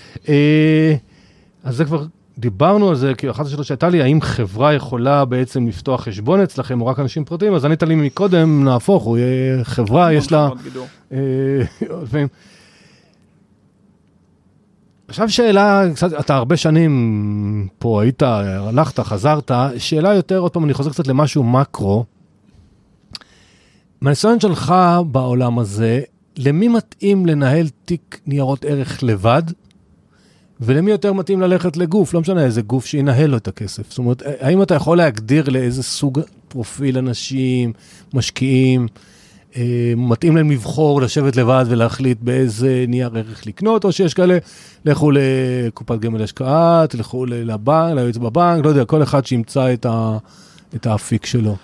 אז זה כבר דיברנו על זה, כי אחת השאלות שהייתה לי, האם חברה יכולה בעצם לפתוח חשבון אצלכם, או רק אנשים פרטיים, אז ענית לי מקודם, נהפוך, חברה, יש לה... עכשיו שאלה, אתה הרבה שנים פה היית, הלכת, חזרת, שאלה יותר, עוד פעם אני חוזר קצת למשהו מקרו, מהניסיון שלך בעולם הזה, למי מתאים לנהל תיק ניירות ערך לבד, ולמי יותר מתאים ללכת לגוף, לא משנה איזה גוף שינהל לו את הכסף, זאת אומרת, האם אתה יכול להגדיר לאיזה סוג פרופיל אנשים, משקיעים, מתאים להם לבחור, לשבת לבד ולהחליט באיזה נייר ערך לקנות, או שיש כאלה, לכו לקופת גמל השקעה, תלכו לבנק, ליועץ בבנק, לא יודע, כל אחד שימצא את האפיק שלו.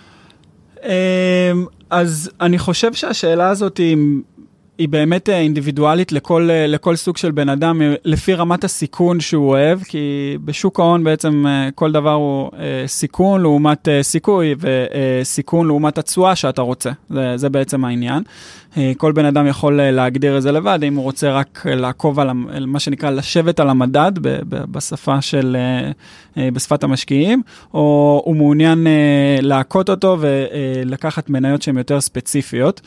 אז אני חושב שהשאלה הזאת היא באמת אינדיבידואלית לכל סוג של בן אדם, לפי רמת הסיכון שהוא אוהב, כי בשוק ההון בעצם כל דבר הוא סיכון לעומת סיכוי, וסיכון לעומת התשואה שאתה רוצה. זה בעצם העניין. כל בן אדם יכול להגדיר את זה לבד, אם הוא רוצה רק לעקוב על מה שנקרא לשבת על המדד בשפת המשקיעים, או הוא מעוניין להקות אותו ולקחת מניות שהן יותר ספציפיות.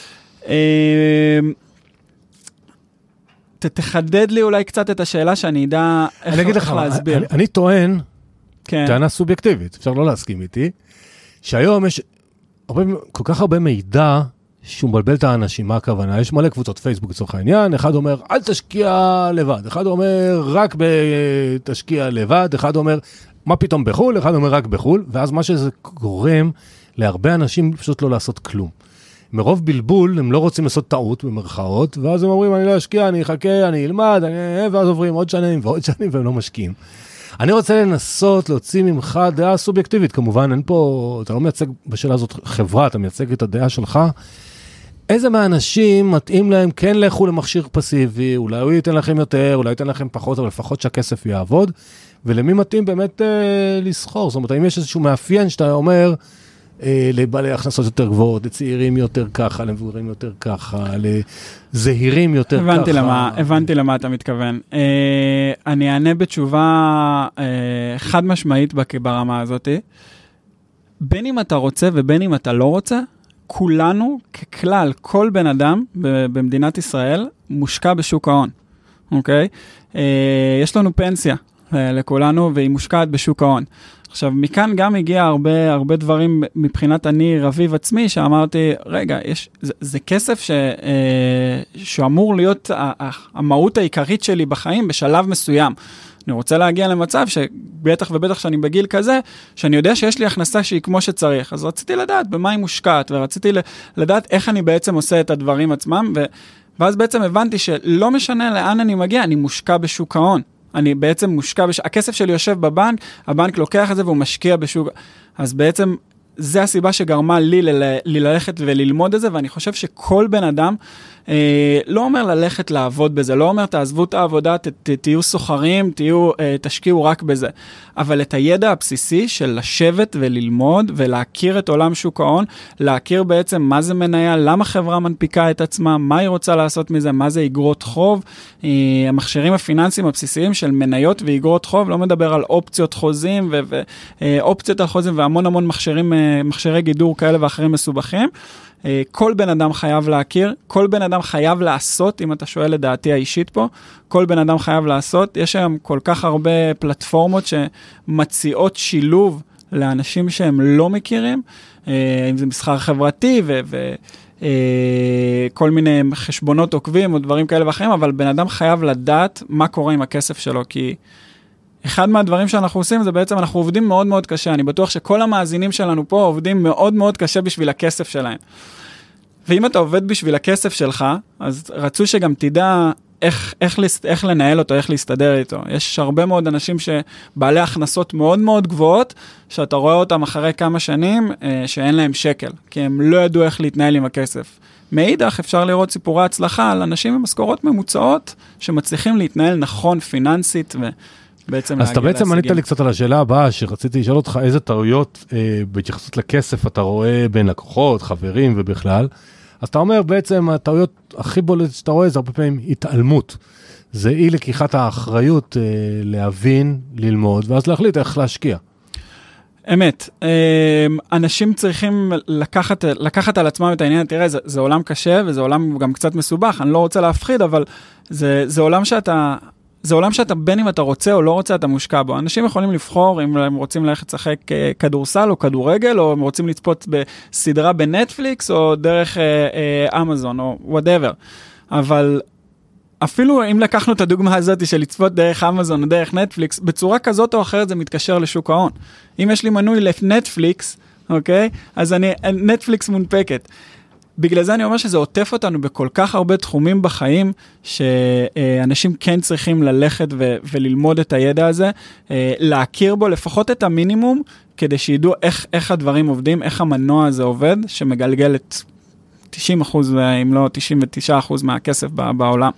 תחדד לי אולי קצת את השאלה שאני אדע איך להסביר. אני טוען, טענה סובייקטיבית, אפשר לא להסכים איתי, שהיום יש כל כך הרבה מידע שהוא מבלבל את האנשים, מה הכוונה? יש מלא קבוצות פייסבוק לצורך העניין, אחד אומר, אל תשקיע לבד, אחד אומר, רק תשקיע לבד, אחד אומר, מה פתאום בחול, אחד אומר רק בחול, ואז מה שזה גורם להרבה אנשים פשוט לא לעשות כלום. מרוב בלבול, הם לא רוצים לעשות טעות במרכאות, ואז הם אומרים, אני לא אשקיע, אני אחכה, אני אלמד, ואז עוברים עוד שנים ועוד שנים, והם לא משקיעים. אני רוצה לנסות להוציא ממך דעה סובייקטיבית, כמובן, אין פה, אתה לא מייצג בשאלה הזאת חברה, אתה מייצג את הדעה שלך. איזה מהאנשים מתאים להם, כן לכו למכשיר פסיבי, אולי הוא ייתן לכם יותר, אולי ייתן לכם פחות, אבל לפחות שהכסף יעבוד, ולמי מתאים באמת לסחור? זאת אומרת, אם יש איזשהו מאפיין שאתה אומר, לבעלי הכנסות יותר גבוהות, לצעירים יותר ככה, למבוגרים יותר ככה, לזהירים יותר ככה. הבנתי למה אתה מתכוון. אני אענה בתשובה חד משמעית ברמה הזאת. בין אם אתה רוצה ובין אם אתה לא רוצה, כולנו, ככלל, כל בן אדם במדינת ישראל מושקע בשוק ההון. אוקיי? יש לנו פנסיה לכולנו, והיא מושקעת בשוק ההון. עכשיו, מכאן גם הגיע הרבה דברים מבחינת אני רביב עצמי, שאמרתי, רגע, זה כסף שאמור להיות המהות העיקרית שלי בחיים בשלב מסוים. אני רוצה להגיע למצב שבטח ובטח שאני בגיל כזה, שאני יודע שיש לי הכנסה שהיא כמו שצריך. אז רציתי לדעת במה היא מושקעת, ורציתי לדעת איך אני בעצם עושה את הדברים עצמם, ואז בעצם הבנתי שלא משנה לאן אני מגיע, אני מושקע בשוק ההון. אני בעצם מושקע, הכסף שלי יושב בבנק, הבנק לוקח את זה והוא משקיע בשוק, אז בעצם זה הסיבה שגרמה לי ללכת וללמוד את זה, ואני חושב שכל בן אדם לא אומר ללכת לעבוד בזה, לא אומר תעזבו את העבודה, תהיו סוחרים, תשקיעו רק בזה, אבל את הידע הבסיסי של לשבת וללמוד ולהכיר את עולם שוק ההון, להכיר בעצם מה זה מניה, למה חברה מנפיקה את עצמה, מה היא רוצה לעשות מזה, מה זה אגרות חוב, המכשירים הפיננסיים הבסיסיים של מניות ואגרות חוב, לא מדבר על אופציות חוזים ואופציות על חוזים והמון מכשירי גידור כאלה ואחרים מסובכים. כל בן אדם חייב להכיר, כל בן אדם חייב לעשות, אם אתה שואל לדעתי האישית פה, כל בן אדם חייב לעשות. יש היום כל כך הרבה פלטפורמות שמציעות שילוב לאנשים שהם לא מכירים, אם זה מסחר חברתי וכל מיני חשבונות עוקבים או דברים כאלה ואחרים, אבל בן אדם חייב לדעת מה קורה עם הכסף שלו, כי אחד מהדברים שאנחנו עושים זה בעצם אנחנו עובדים מאוד מאוד קשה, אני בטוח שכל המאזינים שלנו פה עובדים מאוד מאוד קשה בשביל הכסף שלהם. ואם אתה עובד בשביל הכסף שלך, אז רצו שגם תדע איך לנהל אותו, איך להסתדר איתו. יש הרבה מאוד אנשים שבעלי הכנסות מאוד מאוד גבוהות, שאתה רואה אותם אחרי כמה שנים שאין להם שקל, כי הם לא ידעו איך להתנהל עם הכסף. מאידך אפשר לראות סיפורי הצלחה על אנשים עם משכורות ממוצעות, שמצליחים להתנהל נכון פיננסית אז אתה בעצם ענית לי קצת על השאלה הבאה, שרציתי לשאול אותך איזה טעויות בהתייחסות לכסף אתה רואה בין לקוחות, חברים ובכלל. אז אתה אומר בעצם הטעויות הכי בולטות שאתה רואה זה הרבה פעמים התעלמות. זה אי לקיחת האחריות להבין, ללמוד, ואז להחליט איך להשקיע. אמת, אנשים צריכים לקחת על עצמם את העניין, תראה, זה עולם קשה וזה עולם גם קצת מסובך, אני לא רוצה להפחיד, אבל זה עולם שאתה בין אם אתה רוצה או לא רוצה, אתה מושקע בו. אנשים יכולים לבחור אם הם רוצים ללכת לשחק כדורסל או כדורגל, או הם רוצים לצפות בסדרה בנטפליקס, או דרך אמזון, או whatever. אבל אפילו אם לקחנו את הדוגמה הזאת של לצפות דרך אמזון או דרך נטפליקס, בצורה כזאת או אחרת זה מתקשר לשוק ההון. אם יש לי מנוי לנטפליקס, אוקיי? אז נטפליקס מונפקת. בגלל זה אני אומר שזה עוטף אותנו בכל כך הרבה תחומים בחיים, שאנשים כן צריכים ללכת וללמוד את הידע הזה, להכיר בו לפחות את המינימום, כדי שידעו איך הדברים עובדים, איך המנוע הזה עובד, שמגלגל את 90% אם לא 99% מהכסף בעולם.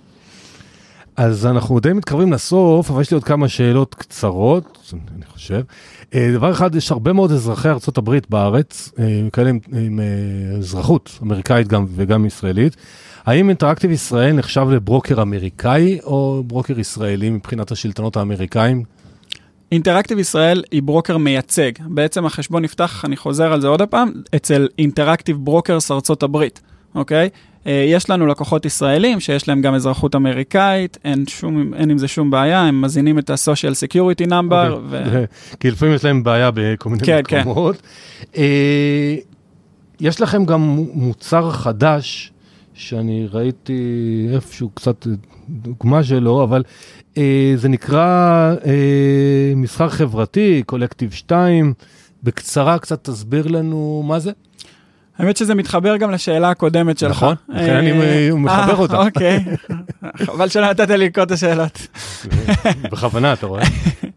אז אנחנו די מתקרבים לסוף, אבל יש לי עוד כמה שאלות קצרות, אני חושב. דבר אחד, יש הרבה מאוד אזרחי ארצות הברית בארץ, כאלה עם אזרחות אמריקאית וגם ישראלית. האם אינטראקטיב ישראל נחשב לברוקר אמריקאי או ברוקר ישראלי מבחינת השלטונות האמריקאים? אינטראקטיב ישראל היא ברוקר מייצג. בעצם החשבון נפתח, אני חוזר על זה עוד הפעם, אצל אינטראקטיב ברוקרס ארצות הברית. אוקיי? יש לנו לקוחות ישראלים שיש להם גם אזרחות אמריקאית, אין עם זה שום בעיה, הם מזינים את ה-social security number. כי לפעמים יש להם בעיה בכל מיני מקומות. יש לכם גם מוצר חדש, שאני ראיתי איפשהו קצת דוגמה שלו, אבל זה נקרא מסחר חברתי, קולקטיב 2, בקצרה קצת תסביר לנו מה זה. האמת שזה מתחבר גם לשאלה הקודמת שלך. נכון, לכן אני מחבר אותה. אוקיי, חבל שלא נתת לי לקרוא את השאלות. בכוונה, אתה רואה?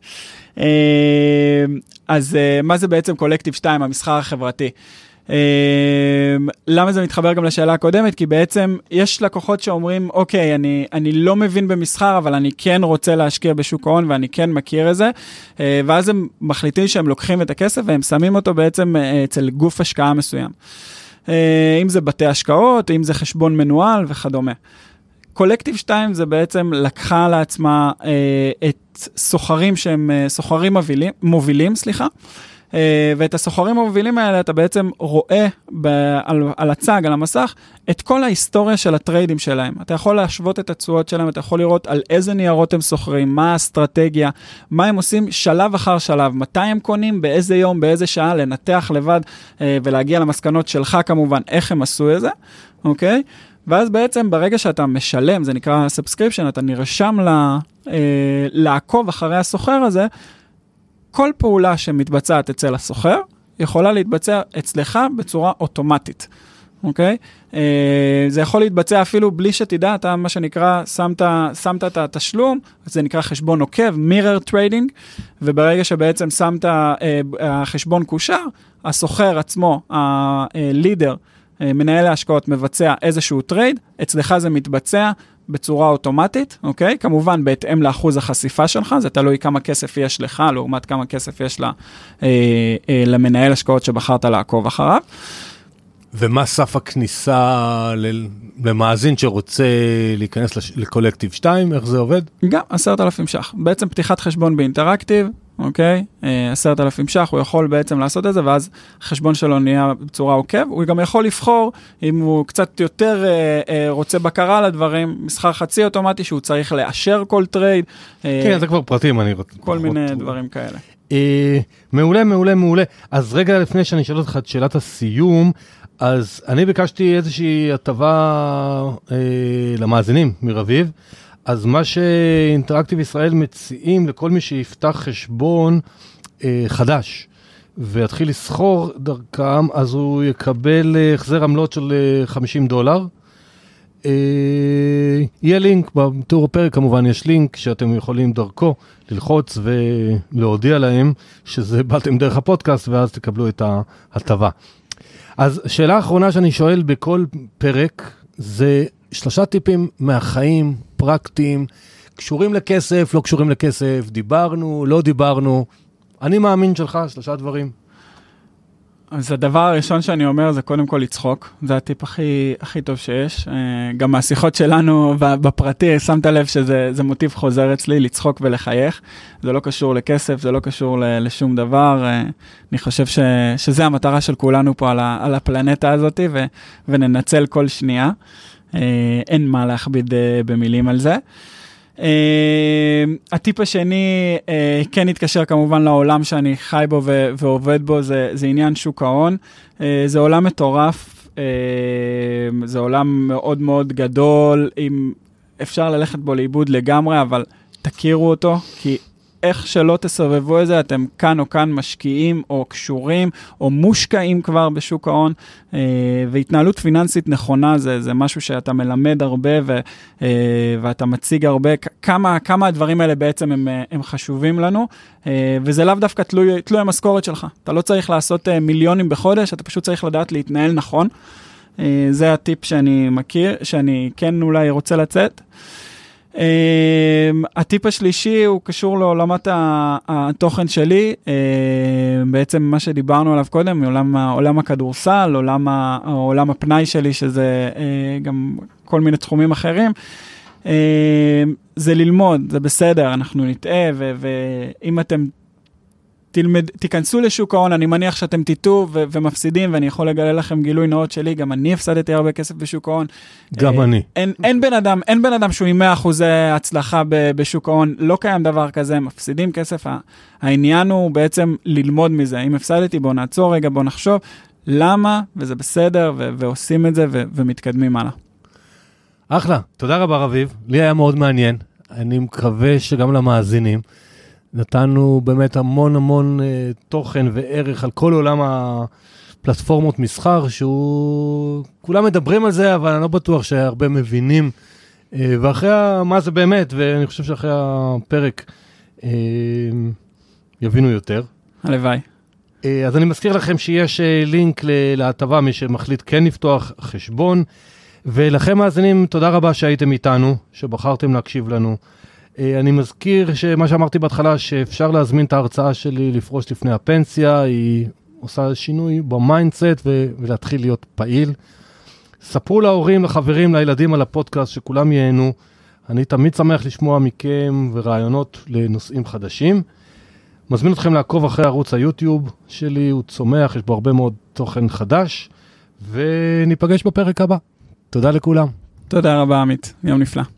אז מה זה בעצם קולקטיב 2, המסחר החברתי? למה זה מתחבר גם לשאלה הקודמת? כי בעצם יש לקוחות שאומרים, אוקיי, אני לא מבין במסחר, אבל אני כן רוצה להשקיע בשוק ההון, ואני כן מכיר את זה, ואז הם מחליטים שהם לוקחים את הכסף, והם שמים אותו בעצם אצל גוף השקעה מסוים. אם זה בתי השקעות, אם זה חשבון מנוהל וכדומה. קולקטיב 2 זה בעצם לקחה לעצמה את סוחרים שהם סוחרים מובילים, ואת הסוחרים המובילים האלה אתה בעצם רואה על הצג, על המסך, את כל ההיסטוריה של הטריידים שלהם. אתה יכול להשוות את התשואות שלהם, אתה יכול לראות על איזה ניירות הם סוחרים, מה האסטרטגיה, מה הם עושים שלב אחר שלב, מתי הם קונים, באיזה יום, באיזה שעה, לנתח לבד ולהגיע למסקנות שלך כמובן, איך הם עשו את זה, אוקיי? ואז בעצם ברגע שאתה משלם, זה נקרא subscription, אתה נרשם לעקוב אחרי הסוחר הזה, כל פעולה שמתבצעת אצל הסוחר, יכולה להתבצע אצלך בצורה אוטומטית, אוקיי? זה יכול להתבצע אפילו בלי שתדע, אתה מה שנקרא, שמת את התשלום, זה נקרא חשבון עוקב, mirror trading, וברגע שבעצם שמת החשבון קושר, הסוחר עצמו, הלידר, מנהל ההשקעות מבצע איזשהו טרייד, אצלך זה מתבצע בצורה אוטומטית, אוקיי? כמובן בהתאם לאחוז החשיפה שלך, זה תלוי כמה כסף יש לך, לעומת כמה כסף יש למנהל השקעות שבחרת לעקוב אחריו. ומה סף הכניסה למאזין שרוצה להיכנס לקולקטיב 2, איך זה עובד? גם 10,000 ש"ח. בעצם פתיחת חשבון באינטראקטיב, אוקיי? 10,000 ש"ח, הוא יכול בעצם לעשות את זה, ואז החשבון שלו נהיה בצורה עוקב. הוא גם יכול לבחור, אם הוא קצת יותר רוצה בקרה לדברים, מסחר חצי אוטומטי, שהוא צריך לאשר כל טרייד. כן, זה כבר פרטים, אני רוצה. כל מיני דברים כאלה. מעולה, מעולה, מעולה. אז רגע לפני שאני אשאל אותך את שאלת הסיום, אז אני ביקשתי איזושהי הטבה למאזינים מרביב, אז מה שאינטראקטיב ישראל מציעים לכל מי שיפתח חשבון חדש ויתחיל לסחור דרכם, אז הוא יקבל החזר עמלות של $50. יהיה לינק, בתיאור הפרק כמובן יש לינק שאתם יכולים דרכו ללחוץ ולהודיע להם שזה באתם דרך הפודקאסט, ואז תקבלו את ההטבה. אז שאלה האחרונה שאני שואל בכל פרק, זה 3 טיפים מהחיים, פרקטיים, קשורים לכסף, לא קשורים לכסף, דיברנו, לא דיברנו. אני מאמין שלך, 3 דברים. אז הדבר הראשון שאני אומר זה קודם כל לצחוק, זה הטיפ הכי טוב שיש. גם מהשיחות שלנו בפרטי, שמת לב שזה מוטיב חוזר אצלי, לצחוק ולחייך. זה לא קשור לכסף, זה לא קשור לשום דבר. אני חושב שזה המטרה של כולנו פה על הפלנטה הזאת, וננצל כל שנייה. אין מה להכביד במילים על זה. הטיפ השני כן התקשר כמובן לעולם שאני חי בו ועובד בו, זה עניין שוק ההון. זה עולם מטורף, זה עולם מאוד מאוד גדול, אם אפשר ללכת בו לאיבוד לגמרי, אבל תכירו אותו, כי איך שלא תסובבו את זה, אתם כאן או כאן משקיעים או קשורים או מושקעים כבר בשוק ההון, והתנהלות פיננסית נכונה זה משהו שאתה מלמד הרבה ואתה מציג הרבה, כמה הדברים האלה בעצם הם חשובים לנו, וזה לאו דווקא תלוי המשכורת שלך. אתה לא צריך לעשות מיליונים בחודש, אתה פשוט צריך לדעת להתנהל נכון. זה הטיפ שאני מכיר, שאני כן אולי רוצה לצאת. הטיפ השלישי הוא קשור לעולמת התוכן שלי, בעצם מה שדיברנו עליו קודם, עולם הכדורסל, עולם הפנאי שלי, שזה גם כל מיני תחומים אחרים. זה ללמוד, זה בסדר, אנחנו נטעה, ואם אתם תיכנסו לשוק ההון, אני מניח שאתם תיטו ומפסידים, ואני יכול לגלה לכם גילוי נאות שלי, גם אני הפסדתי הרבה כסף בשוק ההון. גם אני. אין בן אדם שהוא עם 100% הצלחה בשוק ההון, לא קיים דבר כזה, מפסידים כסף. העניין הוא בעצם ללמוד מזה. אם הפסדתי, בוא נעצור רגע, בוא נחשוב, למה, וזה בסדר, ועושים את זה, ומתקדמים הלאה. אחלה, תודה רבה רביב, לי היה מאוד מעניין, אני מקווה שגם למאזינים, נתנו באמת המון תוכן וערך על כל עולם הפלטפורמות מסחר, כולם מדברים על זה, אבל אני לא בטוח שהרבה מבינים, ואחרי מה זה באמת, ואני חושב שאחרי הפרק יבינו יותר. הלוואי. אז אני מזכיר לכם שיש לינק להטבה, מי שמחליט כן לפתוח חשבון, ולכם מאזינים, תודה רבה שהייתם איתנו, שבחרתם להקשיב לנו. אני מזכיר שמה שאמרתי בהתחלה, שאפשר להזמין את ההרצאה שלי לפרוש לפני הפנסיה, היא עושה שינוי במיינדסט ולהתחיל להיות פעיל. ספרו להורים, לחברים, לילדים על הפודקאסט, שכולם ייהנו. אני תמיד שמח לשמוע מכם ורעיונות לנושאים חדשים. מזמין אתכם לעקוב אחרי ערוץ היוטיוב שלי, הוא צומח, יש בו הרבה מאוד תוכן חדש, וניפגש בפרק הבא. תודה לכולם. תודה רבה עמית, יום נפלא.